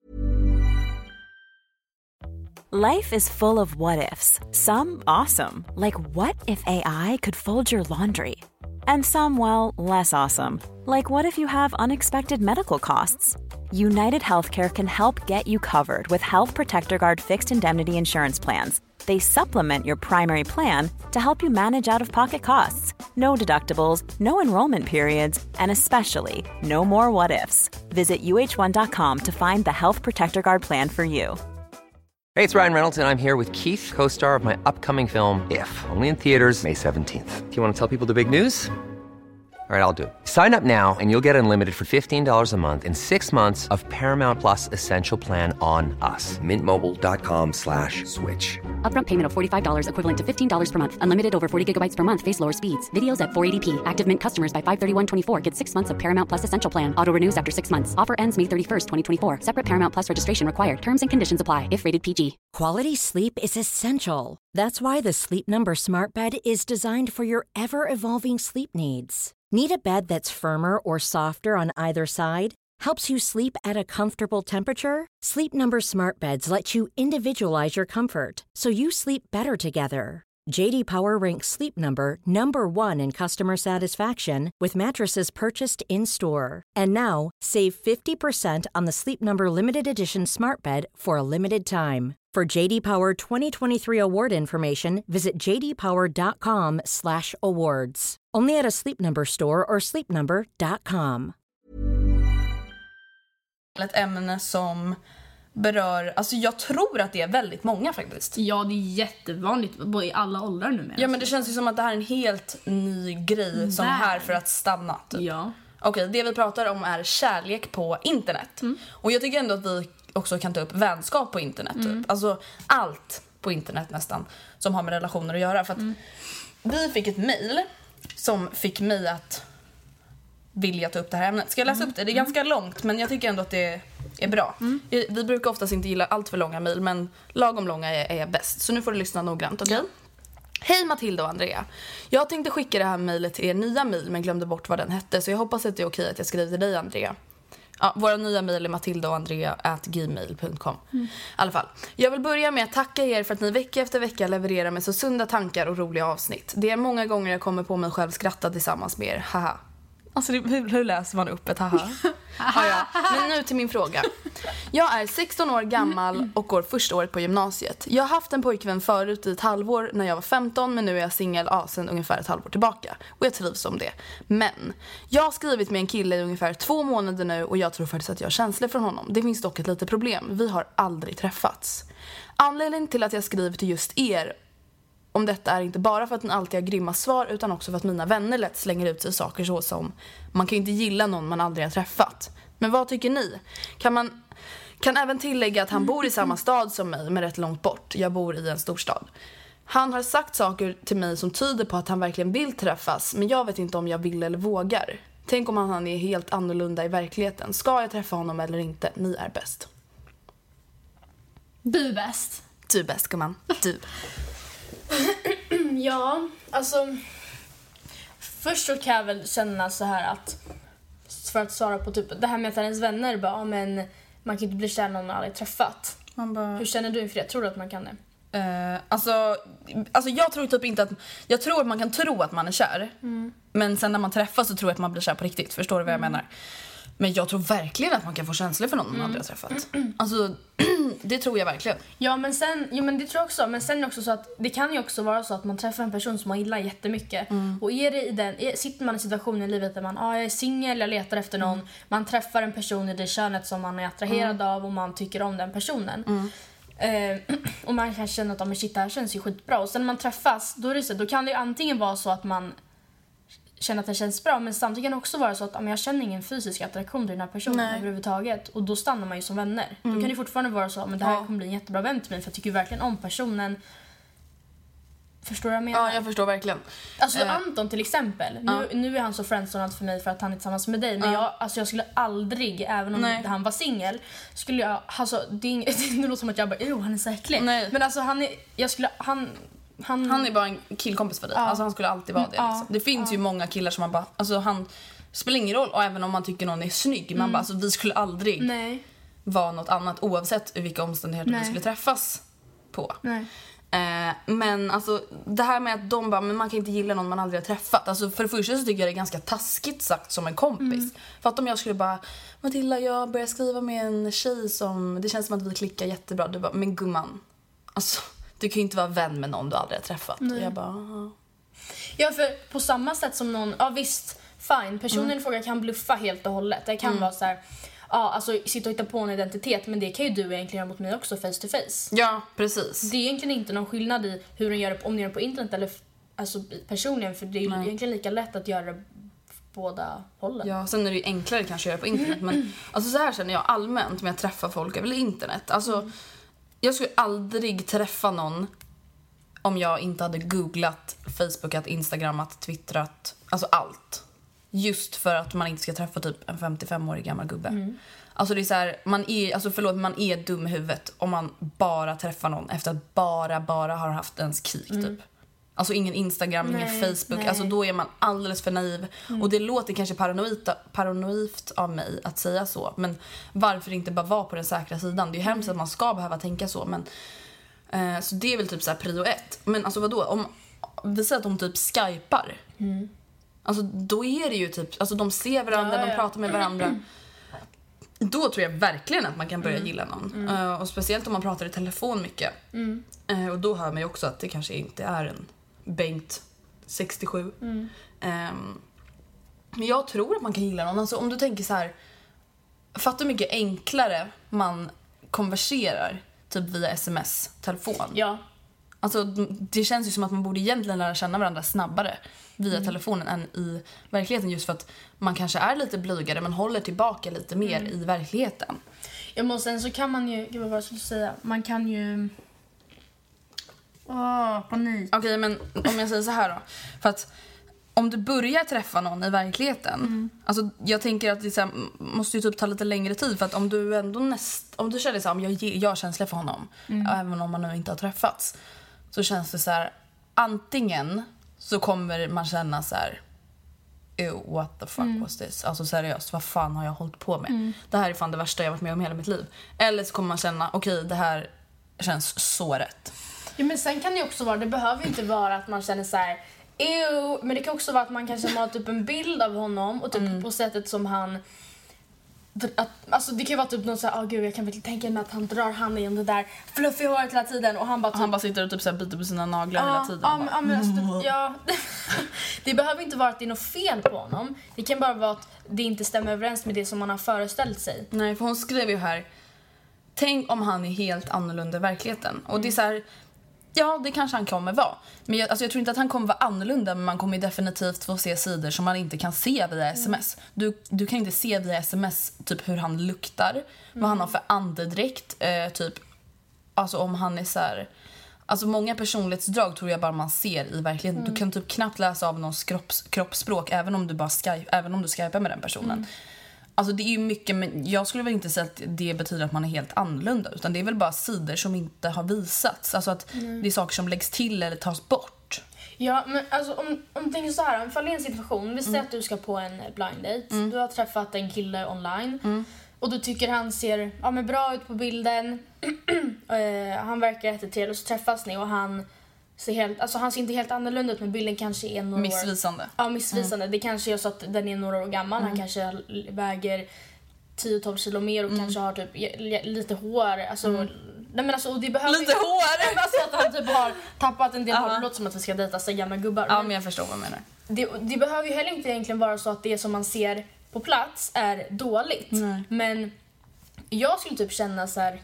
[SPEAKER 1] Life is full of what ifs. Some awesome, like what if AI could fold your laundry? And some, well, less awesome, like what if you have unexpected medical costs? United Healthcare can help get you covered with Health Protector Guard fixed indemnity insurance plans. They supplement your primary plan to help you manage out-of-pocket costs. No deductibles, no enrollment periods, and especially no more what-ifs. Visit uh1.com to find the Health Protector Guard plan for you.
[SPEAKER 4] Hey, it's Ryan Reynolds, and I'm here with Keith, co-star of my upcoming film, If, only in theaters May 17th. Do you want to tell people the big news? All right, I'll do it. Sign up now and you'll get unlimited for $15 a month and 6 months of Paramount Plus Essential Plan on us.
[SPEAKER 2] Mintmobile.com/switch.
[SPEAKER 5] Upfront payment of $45 equivalent to $15 per month. Unlimited over 40 gigabytes per month. Face lower speeds. Videos at 480p. Active Mint customers by 531.24 get 6 months of Paramount Plus Essential Plan. Auto renews after 6 months. Offer ends May 31st, 2024. Separate Paramount Plus registration required. Terms and conditions apply if rated PG.
[SPEAKER 9] Quality sleep is essential. That's why the Sleep Number Smart Bed is designed for your ever-evolving sleep needs. Need a bed that's firmer or softer on either side? Helps you sleep at a comfortable temperature? Sleep Number Smart Beds let you individualize your comfort so you sleep better together. JD Power ranks Sleep Number #1 in customer satisfaction with mattresses purchased in-store. And now, save 50% on the Sleep Number Limited Edition Smart Bed for a limited time. For JD Power 2023 award information, visit jdpower.com/awards. Only at a Sleep Number store or sleepnumber.com.
[SPEAKER 6] Ett ämne som berör, alltså jag tror att det är väldigt många faktiskt.
[SPEAKER 7] Ja, det är jättevanligt i alla åldrar numera.
[SPEAKER 6] Ja, men det känns ju som att det här är en helt ny grej som är här för att stanna typ.
[SPEAKER 7] Ja.
[SPEAKER 6] Okej, det vi pratar om är kärlek på internet. Och jag tycker ändå att vi också kan ta upp vänskap på internet typ. Alltså allt på internet nästan som har med relationer att göra. För att vi fick ett mejl som fick mig att vilja ta upp det här ämnet. Ska jag läsa upp det? Det är ganska långt, men jag tycker ändå att det är bra. Vi brukar oftast inte gilla allt för långa mejl, men lagom långa är bäst. Så nu får du lyssna noggrant, okej? Hej Matilda och Andrea. Jag tänkte skicka det här mejlet till er nya mejl, men glömde bort vad den hette. Så jag hoppas att det är okej att jag skriver till dig, Andrea. Ja, våra nya mejl är matildaoandrea@gmail.com. I alla fall. Jag vill börja med att tacka er för att ni vecka efter vecka levererar med så sunda tankar och roliga avsnitt. Det är många gånger jag kommer på mig själv skratta tillsammans med er. Haha. Alltså hur läser man upp ett haha? Ja. Men nu till min fråga. Jag är 16 år gammal och går första året på gymnasiet. Jag har haft en pojkvän förut i ett halvår när jag var 15, men nu är jag singel sen ungefär ett halvår tillbaka. Och jag trivs om det. Men jag har skrivit med en kille i ungefär 2 månader nu och jag tror faktiskt att jag har känslor från honom. Det finns dock ett litet problem. Vi har aldrig träffats. Anledningen till att jag skriver till just er om detta är inte bara för att ni alltid har grymma svar, utan också för att mina vänner lätt slänger ut sig saker så som man kan ju inte gilla någon man aldrig har träffat. Men vad tycker ni? Kan även tillägga att han bor i samma stad som mig, men rätt långt bort. Jag bor i en storstad. Han har sagt saker till mig som tyder på att han verkligen vill träffas, men jag vet inte om jag vill eller vågar. Tänk om han är helt annorlunda i verkligheten. Ska jag träffa honom eller inte? Ni är bäst.
[SPEAKER 7] Du är bäst.
[SPEAKER 6] Du är bäst, gumman. Du.
[SPEAKER 7] Ja, alltså först så kan jag väl känna så här att för att svara på typ det här med att hennes vänner bara, men man kan inte bli kär någon man aldrig träffat. Hur känner du inför det? Tror du att man kan det?
[SPEAKER 6] Alltså jag tror typ inte att jag tror att man kan tro att man är kär. Men sen när man träffas så tror jag att man blir kär på riktigt. Förstår du vad jag menar? Men jag tror verkligen att man kan få känslor för någon man aldrig har träffat. Alltså det tror jag verkligen.
[SPEAKER 7] Ja, men sen, men det tror jag också. Men sen är det också så att det kan ju också vara så att man träffar en person som man gillar jättemycket. Och sitter man i situationen i livet där man jag är singel, jag letar efter någon. Man träffar en person i det könet som man är attraherad av och man tycker om den personen. Och man kan känna att shit, det här känns ju skitbra. Och sen när man träffas, då kan det antingen vara så att man känner att det känns bra, men samtidigt kan det också vara så att jag känner ingen fysisk attraktion till den här personen överhuvudtaget, och då stannar man ju som vänner. Då kan det fortfarande vara så, men det här kommer bli en jättebra vän till mig för jag tycker verkligen om personen. Förstår du vad jag menar?
[SPEAKER 6] Ja, jag förstår verkligen.
[SPEAKER 7] Alltså Anton till exempel, nu är han så friendzonad för mig för att han är tillsammans med dig. Men jag skulle aldrig, även om han var singel, skulle jag, alltså det låter som att jag bara, han är så äcklig. Nej. Men alltså han är
[SPEAKER 6] bara en killkompis för dig. Alltså han skulle alltid vara det liksom. Det finns ju många killar som man bara, alltså han spelar ingen roll, och även om man tycker någon är snygg, man bara, alltså vi skulle aldrig vara något annat oavsett vilka omständigheter vi skulle träffas på.
[SPEAKER 7] Nej.
[SPEAKER 6] Men alltså det här med att de bara, men man kan inte gilla någon man aldrig har träffat. Alltså för det första så tycker jag det är ganska taskigt sagt som en kompis. För att om jag skulle bara, Matilda, jag börjar skriva med en tjej som, det känns som att vi klickar jättebra. Du bara, men gumman, alltså du kan ju inte vara vän med någon du aldrig har träffat. Och jag bara,
[SPEAKER 7] Ja, för på samma sätt som någon, visst, fine, personen i fråga kan bluffa helt och hållet. Det kan vara så här, alltså sitta och hitta på en identitet, men det kan ju du egentligen göra mot mig också face to face.
[SPEAKER 6] Ja, precis.
[SPEAKER 7] Det är egentligen inte någon skillnad i hur den gör det, om ni gör det på internet eller alltså personligen, för det är ju egentligen lika lätt att göra det båda hållen. Ja,
[SPEAKER 6] sen är det ju enklare kanske att göra på internet, men alltså så här känner jag allmänt med att träffa folk över internet. Alltså jag skulle aldrig träffa någon om jag inte hade googlat, facebookat, instagrammat, twittrat, alltså allt. Just för att man inte ska träffa typ en 55-årig gammal gubbe. Alltså det är så här, man är dum i huvudet om man bara träffar någon efter att bara har haft ens kik typ. Alltså ingen Instagram, ingen Facebook. Alltså då är man alldeles för naiv. Och det låter kanske paranoid av mig att säga så. Men varför inte bara vara på den säkra sidan? Det är ju hemskt att man ska behöva tänka så. Men, så det är väl typ så här prio 1. Men alltså vadå? Om vi säger att de typ skypar. Alltså då är det ju typ, alltså de ser varandra, de pratar med varandra. Då tror jag verkligen att man kan börja gilla någon. Och speciellt om man pratar i telefon mycket. Och då hör man ju också att det kanske inte är en Bengt 67. Men jag tror att man kan gilla någon. Alltså om du tänker så här, fatta hur mycket enklare man konverserar typ via sms, telefon.
[SPEAKER 7] Ja.
[SPEAKER 6] Alltså det känns ju som att man borde egentligen lära känna varandra snabbare via telefonen än i verkligheten, just för att man kanske är lite blygare, men håller tillbaka lite mer i verkligheten.
[SPEAKER 7] Ja, men sen så kan man ju, gud vad skulle jag säga, man kan ju panik.
[SPEAKER 6] Okej, men om jag säger så här då, för att om du börjar träffa någon i verkligheten, alltså jag tänker att det så här, måste ju typ ta lite längre tid, för att om du ändå om du känner så här, jag har känsla för honom, även om man nu inte har träffats, så känns det så här, antingen så kommer man känna så här, what the fuck was this? Alltså seriöst, vad fan har jag hållit på med? Det här är fan det värsta jag varit med om hela mitt liv. Eller så kommer man känna, okej, det här känns så rätt.
[SPEAKER 7] Ja, men sen kan det också vara, det behöver inte vara att man känner så här, men det kan också vara att man kanske har typ en bild av honom och typ på sättet som han, alltså det kan ju vara typ någon så här, gud, jag kan verkligen tänka mig att han drar handen genom det där fluffiga håret hela tiden, och han bara typ,
[SPEAKER 6] han bara sitter och typ så här biter på sina naglar hela tiden.
[SPEAKER 7] Men alltså, det behöver inte vara att det är något fel på honom. Det kan bara vara att det inte stämmer överens med det som man har föreställt sig.
[SPEAKER 6] Nej, för hon skrev ju här, tänk om han är helt annorlunda i verkligheten. Och det är så här, ja, det kanske han kommer vara. Men jag tror inte att han kommer vara annorlunda, men man kommer definitivt få se sidor som man inte kan se via sms. Du kan inte se via sms typ hur han luktar, vad han har för andedräkt, typ, alltså om han är så här, alltså många personlighetsdrag tror jag bara man ser i verkligheten. Du kan typ knappt läsa av någons kroppsspråk även om du skypar med den personen. Alltså det är ju mycket, men jag skulle väl inte säga att det betyder att man är helt annorlunda, utan det är väl bara sidor som inte har visats. Alltså att det är saker som läggs till eller tas bort.
[SPEAKER 7] Ja, men alltså om du tänker så här, ifall det är en situation, vi säger att du ska på en blind date. Du har träffat en kille online och du tycker han ser bra ut på bilden. Han verkar jättetrevlig, och så träffas ni och han ser inte helt annorlunda ut, men bilden kanske är några
[SPEAKER 6] missvisande.
[SPEAKER 7] Ja, missvisande. Det kanske är så att den är några år gammal. Han kanske väger 10-12 kilo mer och kanske har typ lite hår. Alltså, nej, men alltså, och det behöver
[SPEAKER 6] lite hår!
[SPEAKER 7] Alltså att han typ har tappat en del hår. Det låter som att vi ska dejta sig gamla gubbar.
[SPEAKER 6] Ja, men jag förstår vad du menar.
[SPEAKER 7] Det behöver ju heller inte egentligen vara så att det som man ser på plats är dåligt. Men jag skulle typ känna så här,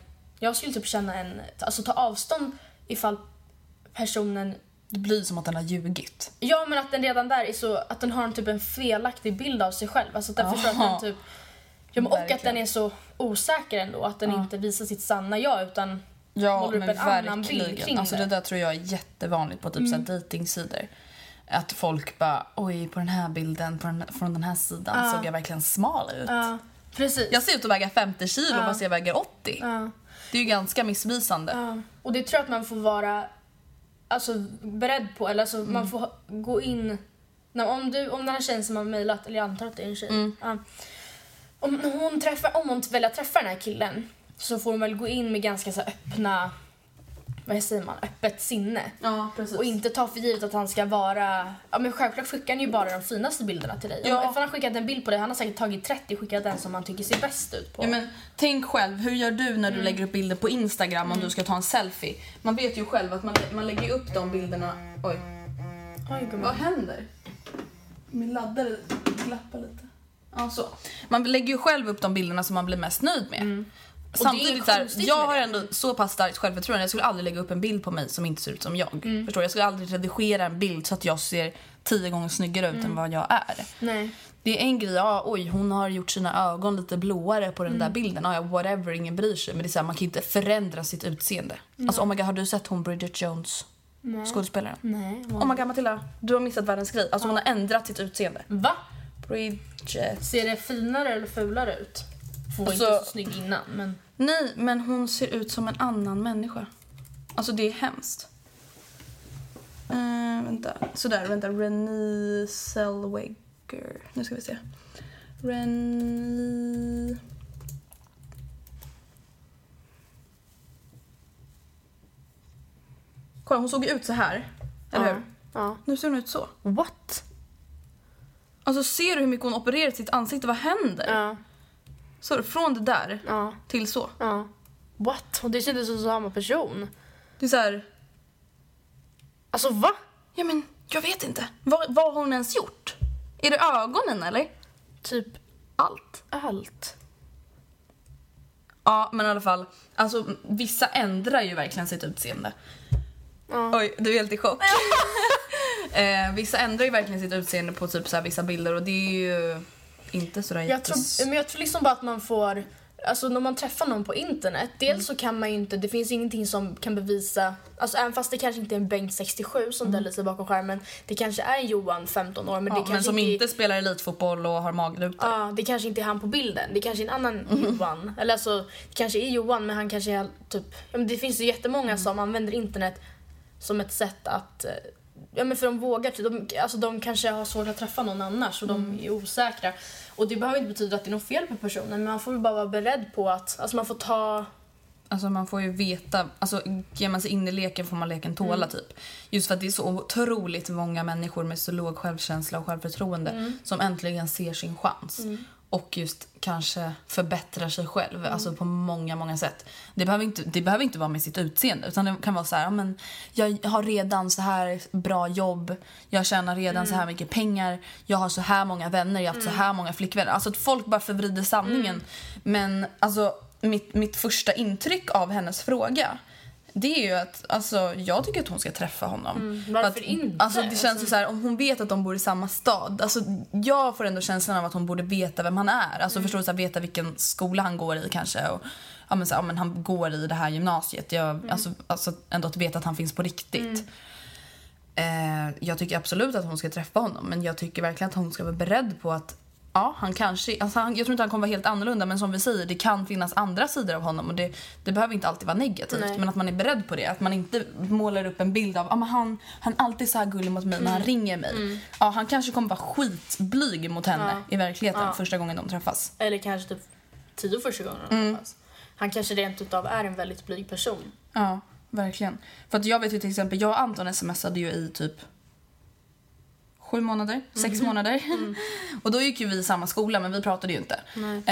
[SPEAKER 7] alltså ta avstånd ifall personen,
[SPEAKER 6] det blir som att den har ljugit.
[SPEAKER 7] Ja, men att den redan där är så att den har en felaktig bild av sig själv. Alltså att den förstår att den typ, och att den är så osäker ändå, att den inte visar sitt sanna jag, utan
[SPEAKER 6] Ja,
[SPEAKER 7] målar
[SPEAKER 6] men
[SPEAKER 7] upp en annan bild
[SPEAKER 6] verkligen.
[SPEAKER 7] kring
[SPEAKER 6] Alltså det där tror jag är jättevanligt på typ så här dejtingsidor. Att folk bara, oj, på den här bilden från den här sidan såg jag verkligen smal ut.
[SPEAKER 7] Precis.
[SPEAKER 6] Jag ser ut att väga 50 kilo fast jag väger 80. Det är ju ganska missvisande.
[SPEAKER 7] Och det tror jag att man får vara beredd på. Eller alltså, man får gå in... Om den här tjejen som har mejlat, eller jag antar att det är en tjej. Om hon väljer att träffa den här killen, så får hon väl gå in med ganska så öppna... Vad säger man? Öppet sinne.
[SPEAKER 6] Ja, precis.
[SPEAKER 7] Och inte ta för givet att han ska vara... Ja, men självklart skickar han ju bara de finaste bilderna till dig.
[SPEAKER 6] Ja.
[SPEAKER 7] Om han har skickat en bild på dig, han har säkert tagit 30 skickat den som han tycker ser bäst ut på.
[SPEAKER 6] Ja, men tänk själv, hur gör du när du lägger upp bilder på Instagram om du ska ta en selfie? Man vet ju själv att man lägger upp de bilderna... Oj, vad händer? Min laddare klappar lite. Ja, så. Man lägger ju själv upp de bilderna som man blir mest nöjd med. Samtidigt så här, jag har ändå så pass starkt självförtroende. Jag skulle aldrig lägga upp en bild på mig som inte ser ut som jag. Förstår du? Jag skulle aldrig redigera en bild så att jag ser 10 gånger snyggare ut än vad jag är.
[SPEAKER 7] Nej.
[SPEAKER 6] Det är en grej, oj, hon har gjort sina ögon lite blåare på den där bilden. Ja, whatever, ingen bryr sig. Men det är så här, man kan inte förändra sitt utseende. Alltså, oh my God, har du sett hon Bridget Jones? Skådespelaren? Nej. Oh my God, Matilda, du har missat världens grej. Alltså hon har ändrat sitt utseende.
[SPEAKER 7] Va?
[SPEAKER 6] Bridget.
[SPEAKER 7] Ser det finare eller fulare ut? Hon var
[SPEAKER 6] Alltså,
[SPEAKER 7] inte så snygg innan, men...
[SPEAKER 6] Nej, men hon ser ut som en annan människa. Alltså det är hemskt. Vänta. Renée Zellweger. Nu ska vi se. Renée... Kolla, hon såg ut så här. Eller hur?
[SPEAKER 7] Ja.
[SPEAKER 6] Nu ser hon ut så.
[SPEAKER 7] What?
[SPEAKER 6] Alltså ser du hur mycket hon opererat sitt ansikte? Vad händer?
[SPEAKER 7] Ja.
[SPEAKER 6] Så från det där till så.
[SPEAKER 7] Ja. What? Och det kändes som samma person.
[SPEAKER 6] Det är så här...
[SPEAKER 7] Alltså, va?
[SPEAKER 6] Ja, men jag vet inte. Vad har hon ens gjort? Är det ögonen, eller?
[SPEAKER 7] Typ allt.
[SPEAKER 6] Ja, men i alla fall. Alltså, vissa ändrar ju verkligen sitt utseende. Oj, du är helt i chock. Vissa ändrar ju verkligen sitt utseende på typ så här vissa bilder. Och det är ju inte sådär
[SPEAKER 7] jag tror liksom bara att man får... Alltså när man träffar någon på internet, dels så kan man ju inte, det finns ingenting som kan bevisa, alltså även fast det kanske inte är en Bengt 67 som döljer sig bakom skärmen, det kanske är en Johan 15 år, men det kanske
[SPEAKER 6] men som inte spelar elitfotboll och har magrutor.
[SPEAKER 7] Ja, det kanske inte är han på bilden, det kanske är en annan Johan, eller alltså det kanske är Johan, men han kanske är typ, ja, men det finns ju jättemånga som använder internet som ett sätt att, ja men för de vågar, de kanske har svårt att träffa någon annars och de är osäkra. Och det behöver inte betyda att det är något fel på personen, men man får väl bara vara beredd på att, alltså man får ta...
[SPEAKER 6] Alltså man får ju veta, alltså ger man sig in i leken får man leken tåla typ. Just för att det är så otroligt många människor med så låg självkänsla och självförtroende som äntligen ser sin chans. Och just kanske förbättrar sig själv, alltså på många sätt. Det behöver inte vara med sitt utseende, utan det kan vara så här, men jag har redan så här bra jobb, jag tjänar redan så här mycket pengar, jag har så här många vänner, jag har haft så här många flickvänner. Alltså att folk bara förvrider sanningen. Men alltså mitt första intryck av hennes fråga, det är ju att alltså, jag tycker att hon ska träffa honom.
[SPEAKER 7] Varför inte?
[SPEAKER 6] Alltså, det känns ju så här, om hon vet att de bor i samma stad. Alltså, jag får ändå känslan av att hon borde veta vem han är. Alltså, förstår du, så här, veta vilken skola han går i kanske. Och, ja, men, så här, men han går i det här gymnasiet. Alltså ändå att veta att han finns på riktigt. Jag tycker absolut att hon ska träffa honom. Men jag tycker verkligen att hon ska vara beredd på att ja, han kanske, alltså jag tror inte han kommer vara helt annorlunda, men som vi säger, det kan finnas andra sidor av honom och det behöver inte alltid vara negativt. Nej. Men att man är beredd på det, att man inte målar upp en bild av men han är alltid så här gullig mot mig när han ringer mig. Ja, han kanske kommer vara skitblyg mot henne i verkligheten första gången de träffas.
[SPEAKER 7] Eller kanske typ 10 första gången de träffas. Han kanske rent utav är en väldigt blyg person.
[SPEAKER 6] Ja, verkligen. För att jag vet ju till exempel, jag och Anton smsade ju i typ 7 månader, 6 månader. Och då gick ju vi i samma skola, men vi pratade ju inte.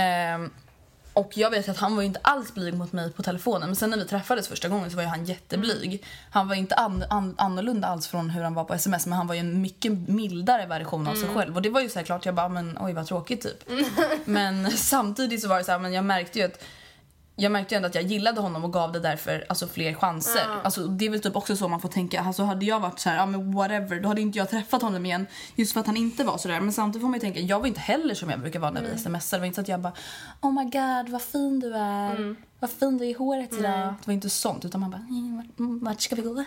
[SPEAKER 6] Och jag vet att han var ju inte alls blyg mot mig på telefonen. Men sen när vi träffades första gången så var ju han jätteblyg. Han var inte annorlunda alls från hur han var på sms. Men han var ju en mycket mildare version av sig själv. Och det var ju så här klart, jag bara, men oj vad tråkigt typ. Men samtidigt så var det så här, men jag märkte ju att jag märkte ju ändå att jag gillade honom och gav det därför alltså fler chanser. Alltså det är väl typ också så man får tänka. Alltså hade jag varit så här, ja men whatever, då hade inte jag träffat honom igen just för att han inte var så där. Men samtidigt får man ju tänka, jag var inte heller som jag brukar vara när vi smsar. Det var inte så att jag bara, oh my god, vad fin du är. Vad fin du är i håret idag. Det var inte sånt, utan man bara, vart ska vi gå?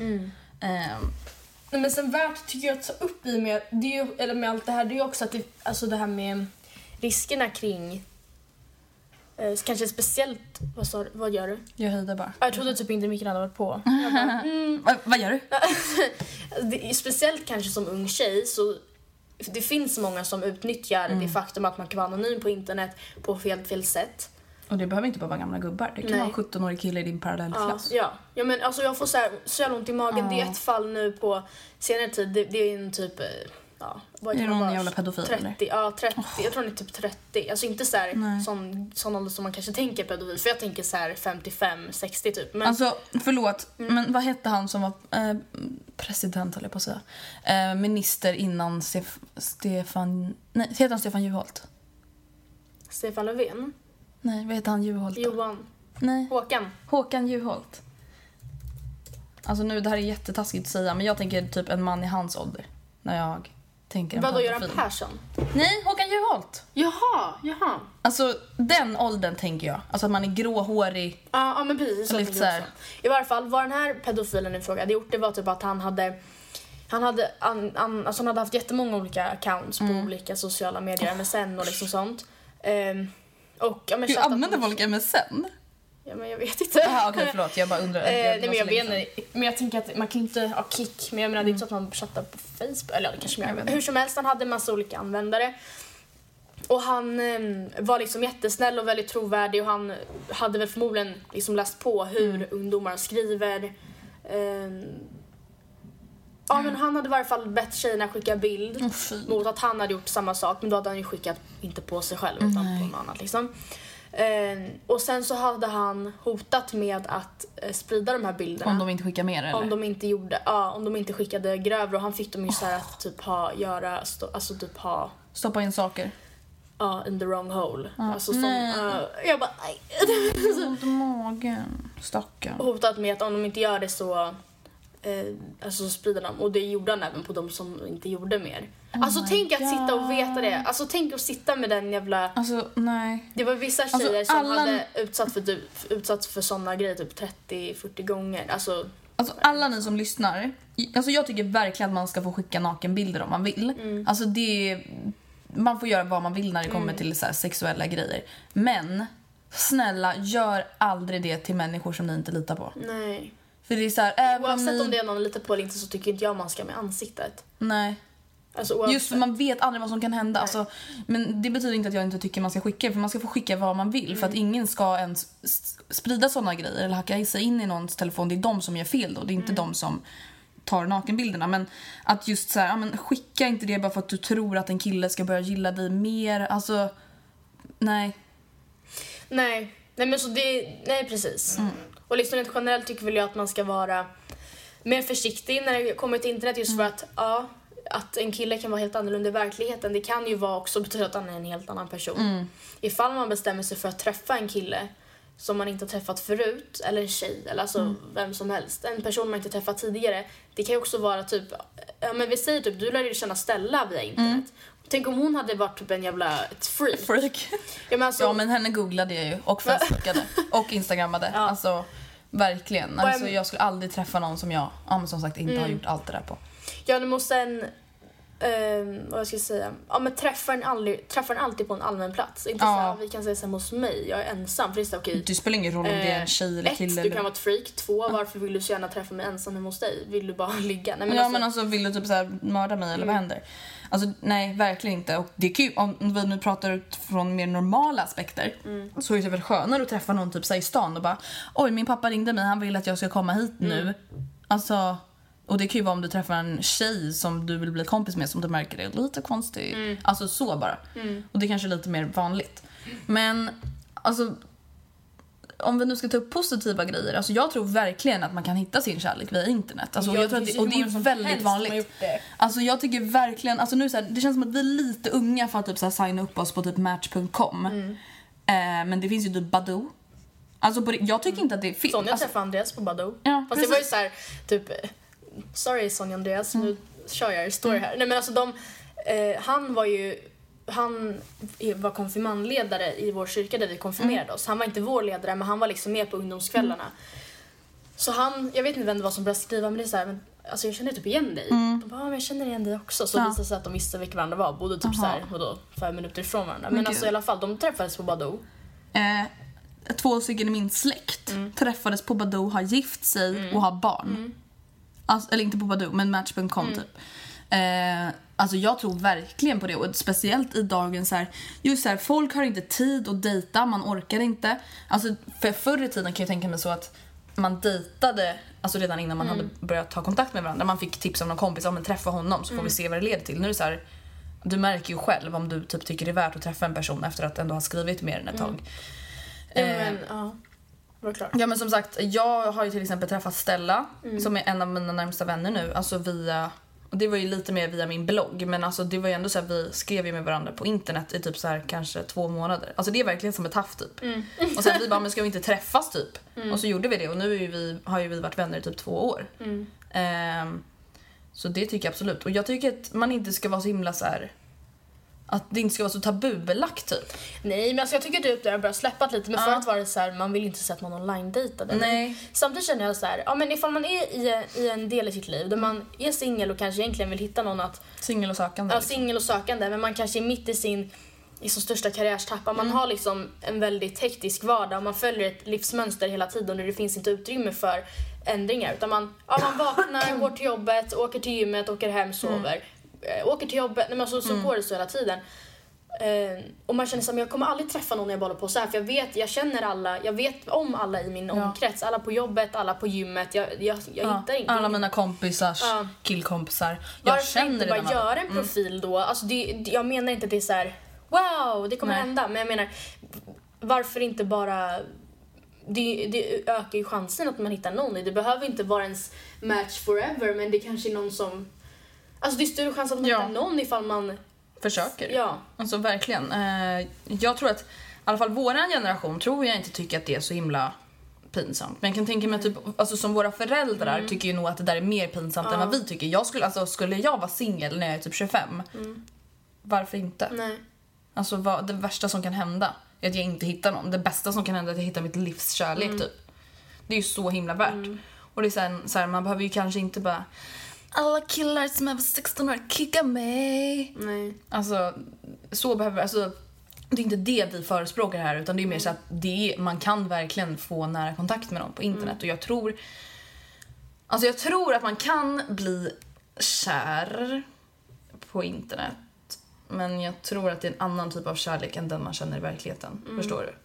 [SPEAKER 7] Nej, men sen värt tycker jag att ta upp i med, det är ju, eller med allt det här, det är ju också att det, alltså det här med riskerna kring kanske speciellt, vad gör du?
[SPEAKER 6] Jag höjde bara.
[SPEAKER 7] Jag trodde typ inte micken hade varit på. Jag bara,
[SPEAKER 6] Vad gör du?
[SPEAKER 7] det är speciellt kanske som ung tjej, så det finns många som utnyttjar det faktum att man kan vara anonym på internet på fel sätt.
[SPEAKER 6] Och det behöver inte bara vara gamla gubbar. Det kan vara en 17-årig kille i din parallellklass.
[SPEAKER 7] Ja, men alltså jag får så här ont i magen. Det är ett fall nu på senare tid. Det är en typ, vad kan det
[SPEAKER 6] någon jävla pedofil
[SPEAKER 7] 30,
[SPEAKER 6] eller?
[SPEAKER 7] Ja, 30. Jag tror han är typ 30. Alltså inte så här sån ålder som man kanske tänker pedofil. För jag tänker så här 55-60 typ. Men
[SPEAKER 6] alltså, förlåt. Men vad hette han som var president, eller på att säga? Minister innan Stefan... Nej, heter han Stefan Juholt?
[SPEAKER 7] Stefan Löfven?
[SPEAKER 6] Nej, vad heter han Juholt då?
[SPEAKER 7] Johan?
[SPEAKER 6] Nej.
[SPEAKER 7] Håkan
[SPEAKER 6] Juholt. Alltså nu, det här är jättetaskigt att säga, men jag tänker typ en man i hans ålder. När jag tänker en
[SPEAKER 7] Vadå,
[SPEAKER 6] pedofil.
[SPEAKER 7] Göran Persson?
[SPEAKER 6] Nej, Håkan Juholt.
[SPEAKER 7] Jaha.
[SPEAKER 6] Alltså den åldern tänker jag. Alltså att man är gråhårig.
[SPEAKER 7] Ja, men precis. Så
[SPEAKER 6] lite så här.
[SPEAKER 7] I varje fall, vad den här pedofilen i fråga hade gjort, det var typ att han hade haft jättemånga olika accounts på olika sociala medier, MSN och liksom sånt. Och ja, men
[SPEAKER 6] Hur använder folk MSN?
[SPEAKER 7] Ja, men jag vet inte.
[SPEAKER 6] Okej, förlåt. Jag bara undrar.
[SPEAKER 7] Men jag tänker att man kan inte ha Kik. Men jag menar, det är inte så att man chattar på Facebook. Eller det kanske man gör. Hur som helst, han hade en massa olika användare. Och han var liksom jättesnäll och väldigt trovärdig. Och han hade väl förmodligen liksom läst på hur ungdomar skriver. Ja, men han hade i varje fall bett tjejerna skicka bild mot att han hade gjort samma sak. Men då hade han ju skickat inte på sig själv utan på något annat liksom. Och sen så hade han hotat med att sprida de här bilderna.
[SPEAKER 6] Om de inte skickade mer, eller?
[SPEAKER 7] Om de inte skickade grövre. Och han fick dem ju så här att typ
[SPEAKER 6] stoppa in saker.
[SPEAKER 7] In the wrong hole. Alltså jag bara nej.
[SPEAKER 6] Ont i magen. Stackarn.
[SPEAKER 7] Hotat med att om de inte gör det så alltså sprider dem. Och det gjorde han även på de som inte gjorde mer. Alltså tänk att sitta och veta det. Alltså tänk att sitta med den jävla...
[SPEAKER 6] Alltså nej.
[SPEAKER 7] Det var vissa tjejer som hade utsatts för såna grejer typ 30-40 gånger. Alltså
[SPEAKER 6] alla ni som lyssnar. Alltså jag tycker verkligen att man ska få skicka nakenbilder om man vill. Alltså man får göra vad man vill när det kommer till så här sexuella grejer. Men snälla, gör aldrig det till människor som ni inte litar på.
[SPEAKER 7] Nej.
[SPEAKER 6] För det är så här,
[SPEAKER 7] oavsett om det är någon litar på eller inte, så tycker inte jag man ska med ansiktet.
[SPEAKER 6] Nej.
[SPEAKER 7] Alltså,
[SPEAKER 6] just för man vet aldrig vad som kan hända. Alltså, men det betyder inte att jag inte tycker man ska skicka. För man ska få skicka vad man vill. För att ingen ska ens sprida såna grejer eller hacka sig in i någons telefon. Det är de som gör fel då. Det är inte de som tar nakenbilderna. Men att just så här, men skicka inte det bara för att du tror att en kille ska börja gilla dig mer. Alltså, nej.
[SPEAKER 7] Nej, men så nej precis. Och liksom rent generellt tycker väl jag att man ska vara mer försiktig när det kommer till internet, just för att att en kille kan vara helt annorlunda i verkligheten. Det kan ju vara också betyda att han är en helt annan person. Ifall man bestämmer sig för att träffa en kille som man inte har träffat förut, eller en tjej, eller alltså vem som helst, en person man inte träffat tidigare. Det kan ju också vara typ, ja men vi säger typ, du lär ju känna Stella via internet. Tänk om hon hade varit typ en jävla freak.
[SPEAKER 6] Ja, men henne googlade jag ju och facebookade och instagrammade. Alltså verkligen. Alltså, jag skulle aldrig träffa någon som jag som sagt inte har gjort allt det där på.
[SPEAKER 7] Ja, du måste vad jag ska säga. Ja, men träffar den alltid på en allmän plats. Inte så här, vi kan säga så här hos mig, jag är ensam, för det är okej.
[SPEAKER 6] Det spelar ingen roll om det är en tjej eller kille.
[SPEAKER 7] 1, du kan vara ett freak. 2, varför vill du så gärna träffa mig ensam hemma hos dig? Vill du bara ligga? Nej, men
[SPEAKER 6] men alltså vill du typ så här mörda mig eller vad händer? Alltså nej, verkligen inte. Och det är kul om vi nu pratar från mer normala aspekter. Så är det väl skönare att träffa någon typ så här i stan och bara, oj, min pappa ringde mig, han vill att jag ska komma hit nu. Alltså, och det kan ju vara om du träffar en tjej som du vill bli kompis med, som du märker är lite konstig. Alltså så bara. Och det är kanske lite mer vanligt. Men alltså, om vi nu ska ta upp positiva grejer, alltså jag tror verkligen att man kan hitta sin kärlek via internet. Alltså, jag tror att och det är väldigt vanligt. Alltså jag tycker verkligen, alltså nu så här, det känns som att vi är lite unga för att typ så här signa upp oss på typ match.com. Men det finns ju typ Badoo. Alltså jag tycker inte att det är fel.
[SPEAKER 7] Sonja
[SPEAKER 6] Alltså,
[SPEAKER 7] träffade Andreas på Badoo.
[SPEAKER 6] Ja,
[SPEAKER 7] fast det var ju så här, typ, sorry Sonja Andreas, nu kör jag story här. Nej men alltså han var konfirmandledare i vår kyrka där vi konfirmerade oss. Han var inte vår ledare, men han var liksom med på ungdomskvällarna. Så jag vet inte vem det var som började skriva, men det är så här, men alltså jag känner typ igen dig. De bara, men jag känner igen dig också. Så visade sig att de visste vilka varandra var, bodde typ så här, 5 minuter ifrån varandra. Men alltså i alla fall, de träffades på Badoo.
[SPEAKER 6] 2 stycken i min släkt träffades på Badoo, har gift sig och har barn. Alltså, eller inte på Badoo, men Match.com typ. Alltså jag tror verkligen på det, och speciellt i dagens så här, just så här, folk har inte tid att dejta, man orkar inte. Alltså för förr i tiden kan jag tänka mig så att man dejtade alltså redan innan man hade börjat ta kontakt med varandra. Man fick tips av någon kompis, men träffa honom så får vi se vad det leder till. Nu är det så här, du märker ju själv om du typ tycker det är värt att träffa en person efter att ändå ha skrivit med den ett tag.
[SPEAKER 7] Var klart.
[SPEAKER 6] Ja men som sagt, jag har ju till exempel träffat Stella som är en av mina närmsta vänner nu, alltså via, och det var ju lite mer via min blogg, men alltså det var ju ändå så här, vi skrev ju med varandra på internet i typ så här kanske 2 månader. Alltså det är verkligen som ett haft typ. Och sen vi bara, men ska vi inte träffas typ? Och så gjorde vi det, och nu har ju vi varit vänner i typ 2 år. Så det tycker jag absolut. Och jag tycker att man inte ska vara så himla så här, att det inte ska vara så tabubelagt typ.
[SPEAKER 7] Nej, men alltså jag tycker typ det har börjat släppa lite. Men förut var det så här, man vill inte säga att man online-dejtade.
[SPEAKER 6] Nej.
[SPEAKER 7] Samtidigt känner jag så här, ja men ifall man är i en del i sitt liv där man är singel och kanske egentligen vill hitta någon att...
[SPEAKER 6] Singel och sökande.
[SPEAKER 7] Ja, singel och sökande. Men man kanske är mitt i sin största karriärstapp. Man har liksom en väldigt hektisk vardag och man följer ett livsmönster hela tiden och det finns inte utrymme för ändringar. Utan man vaknar, går till jobbet, åker till gymmet, åker hem, sover. Åker till jobbet, nej men så går det så hela tiden. Och man känner som jag kommer aldrig träffa någon när jag bara håller på så här, för jag känner alla, jag vet om alla i min omkrets, alla på jobbet, alla på gymmet, jag hittar inte
[SPEAKER 6] alla mina kompisars killkompisar.
[SPEAKER 7] Varför känner inte bara göra en profil då? Alltså jag menar inte att det är så här, wow, det kommer hända, men jag menar varför inte bara det ökar ju chansen att man hittar någon. Det behöver inte vara ens match forever, men det kanske är någon som, alltså det är större chans att man hittar någon ifall man
[SPEAKER 6] försöker.
[SPEAKER 7] Ja.
[SPEAKER 6] Alltså verkligen. Jag tror att i alla fall våran generation tror jag inte tycker att det är så himla pinsamt. Men jag kan tänka mig typ, alltså som våra föräldrar tycker ju nog att det där är mer pinsamt än vad vi tycker. Skulle jag vara singel när jag är typ 25? Varför inte?
[SPEAKER 7] Nej.
[SPEAKER 6] Alltså det värsta som kan hända är att jag inte hittar någon. Det bästa som kan hända är att jag hittar mitt livs kärlek typ. Det är ju så himla värt. Och det är så här, man behöver ju kanske inte bara alla killar som är 16 år kicka mig.
[SPEAKER 7] Nej.
[SPEAKER 6] Alltså så behöver, alltså det är inte det vi förespråkar här, utan det är mer så att man kan verkligen få nära kontakt med någon på internet. Och jag tror att man kan bli kär på internet, men jag tror att det är en annan typ av kärlek än den man känner i verkligheten. Förstår du?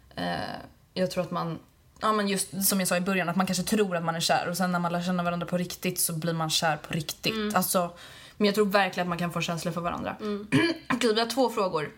[SPEAKER 6] Jag tror att man, ja men just som jag sa i början, att man kanske tror att man är kär och sen när man lär känna varandra på riktigt så blir man kär på riktigt. Alltså, men jag tror verkligen att man kan få känslor för varandra. Okej, vi har 2 frågor.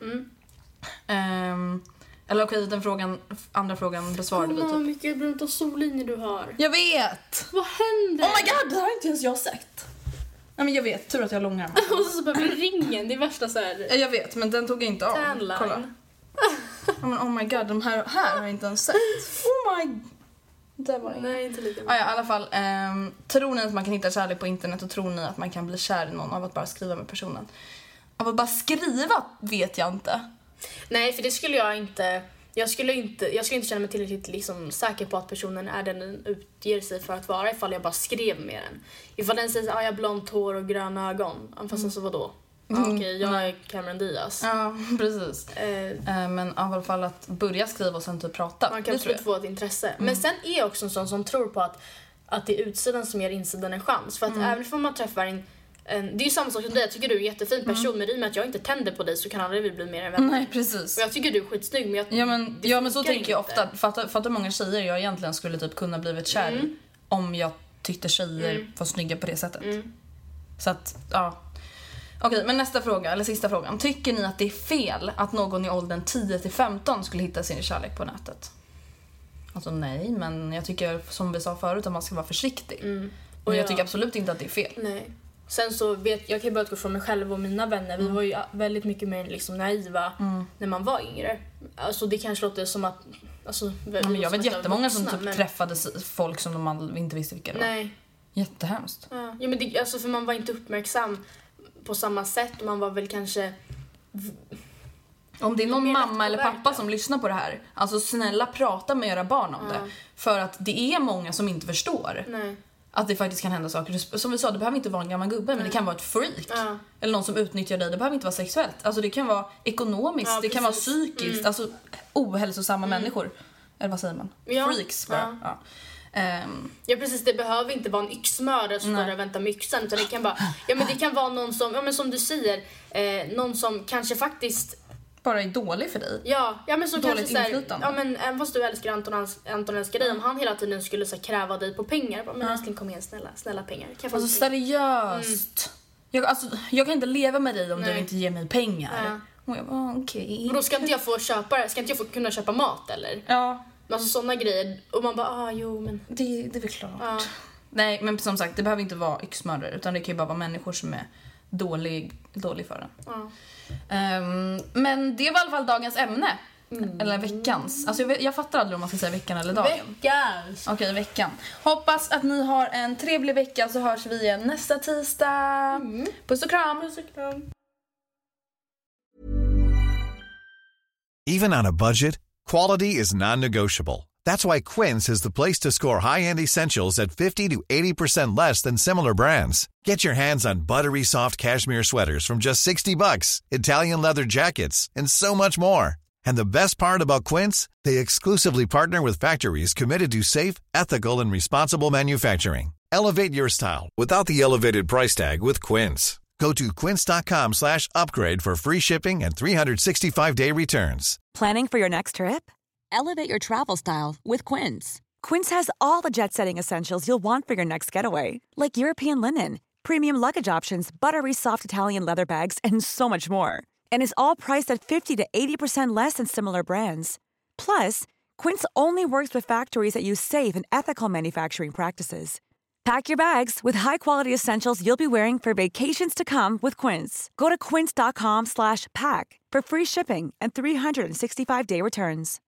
[SPEAKER 6] Eller okej, andra frågan besvarade vi typ.
[SPEAKER 7] Vad mycket brunta sollinjer du har.
[SPEAKER 6] Jag vet!
[SPEAKER 7] Vad händer?
[SPEAKER 6] Oh my god, det har inte ens jag sagt. Nej men jag vet, tur att jag har långa armar.
[SPEAKER 7] Och så bara med ringen, det är värsta så här.
[SPEAKER 6] Jag vet, men den tog jag inte av.
[SPEAKER 7] Tanline.
[SPEAKER 6] Kolla. Men oh my god, de här har jag inte ens sett. Oh my. Det var inget.
[SPEAKER 7] Nej, inte lite.
[SPEAKER 6] Ja, i alla fall. Tror ni att man kan hitta kärlek på internet, och tror ni att man kan bli kär i någon av att bara skriva med personen? Av att bara skriva vet jag inte.
[SPEAKER 7] Nej, för det skulle jag inte. Jag skulle inte känna mig tillräckligt liksom säker på att personen är den den utger sig för att vara ifall jag bara skrev med den. Ifall den säger att jag har blont hår och gröna ögon. Fast alltså vadå? Okej, jag är Cameron Diaz.
[SPEAKER 6] Ja, precis. Men i alla fall att börja skriva och sen typ prata.
[SPEAKER 7] Man kan absolut få ett intresse. Men sen är jag också en sån som tror på att det är utsidan som ger insidan en chans. För att även om man träffar det är ju samma sak som dig. Jag tycker du är en jättefin person, men i och med att jag inte tänder på dig så kan aldrig vi bli mer än vänner.
[SPEAKER 6] Nej, precis.
[SPEAKER 7] Och jag tycker du är skitsnygg, men
[SPEAKER 6] men så tänker jag ofta. Fattar hur många tjejer jag egentligen skulle typ kunna blivit kär om jag tyckte tjejer var snygga på det sättet. Så att, ja. Okej, men nästa fråga, eller sista frågan. Tycker ni att det är fel att någon i åldern 10-15 skulle hitta sin kärlek på nätet? Alltså nej, men jag tycker som vi sa förut att man ska vara försiktig. Och jag tycker absolut inte att det är fel.
[SPEAKER 7] Nej. Sen så jag kan ju bara utgå från mig själv och mina vänner. Vi var ju väldigt mycket mer liksom naiva när man var yngre. Alltså det kanske låter som att Alltså,
[SPEAKER 6] Ja, men jag vet jättemånga som typ
[SPEAKER 7] men...
[SPEAKER 6] träffade folk som de inte visste vilka det var.
[SPEAKER 7] Nej.
[SPEAKER 6] Jättehemskt.
[SPEAKER 7] Ja, men det, alltså, för man var inte uppmärksam på samma sätt. Man var väl kanske...
[SPEAKER 6] Om det är någon mamma eller pappa som lyssnar på det här, alltså snälla prata med era barn om det. För att det är många som inte förstår.
[SPEAKER 7] Nej.
[SPEAKER 6] Att det faktiskt kan hända saker. Som vi sa, det behöver inte vara en gammal gubbe, men det kan vara ett freak. Eller någon som utnyttjar dig. Det behöver inte vara sexuellt. Alltså det kan vara ekonomiskt, det kan vara psykiskt. Alltså ohälsosamma människor. Eller vad säger man? Freaks bara.
[SPEAKER 7] Ja precis, det behöver inte vara en yxmördare som står och väntar med yxan, utan det kan vara, det kan vara någon som, men som du säger, någon som kanske faktiskt
[SPEAKER 6] bara är dålig för dig.
[SPEAKER 7] Ja men som
[SPEAKER 6] dåligt
[SPEAKER 7] kanske såhär,
[SPEAKER 6] inflytande.
[SPEAKER 7] men även fast du älskar Anton älskar dig, om han hela tiden skulle så kräva dig på pengar, men älskling kom igen, snälla pengar. Kan
[SPEAKER 6] alltså seriöst. Jag kan inte leva med dig om du inte ger mig pengar. Och jag bara okej.
[SPEAKER 7] Och då ska inte jag få kunna köpa mat eller?
[SPEAKER 6] Ja.
[SPEAKER 7] Alltså såna grejer. Och man bara, jo men...
[SPEAKER 6] Det är väl klart. Nej, men som sagt, det behöver inte vara yxmördare. Utan det kan ju bara vara människor som är dålig för den. Men det var i alla fall dagens ämne. Eller veckans. Alltså jag fattar aldrig om man ska säga veckan eller dagen.
[SPEAKER 7] Veckans!
[SPEAKER 6] Okej, veckan. Hoppas att ni har en trevlig vecka, så hörs vi igen nästa tisdag. Puss och kram.
[SPEAKER 10] Even on a budget, quality is non-negotiable. That's why Quince is the place to score high-end essentials at 50 to 80% less than similar brands. Get your hands on buttery soft cashmere sweaters from just $60, Italian leather jackets, and so much more. And the best part about Quince, they exclusively partner with factories committed to safe, ethical, and responsible manufacturing. Elevate your style without the elevated price tag with Quince. Go to quince.com/upgrade for free shipping and 365-day returns.
[SPEAKER 1] Planning for your next trip? Elevate your travel style with Quince. Quince has all the jet-setting essentials you'll want for your next getaway, like European linen, premium luggage options, buttery soft Italian leather bags, and so much more. And is all priced at 50 to 80% less than similar brands. Plus, Quince only works with factories that use safe and ethical manufacturing practices. Pack your bags with high-quality essentials you'll be wearing for vacations to come with Quince. Go to quince.com/pack for free shipping and 365-day returns.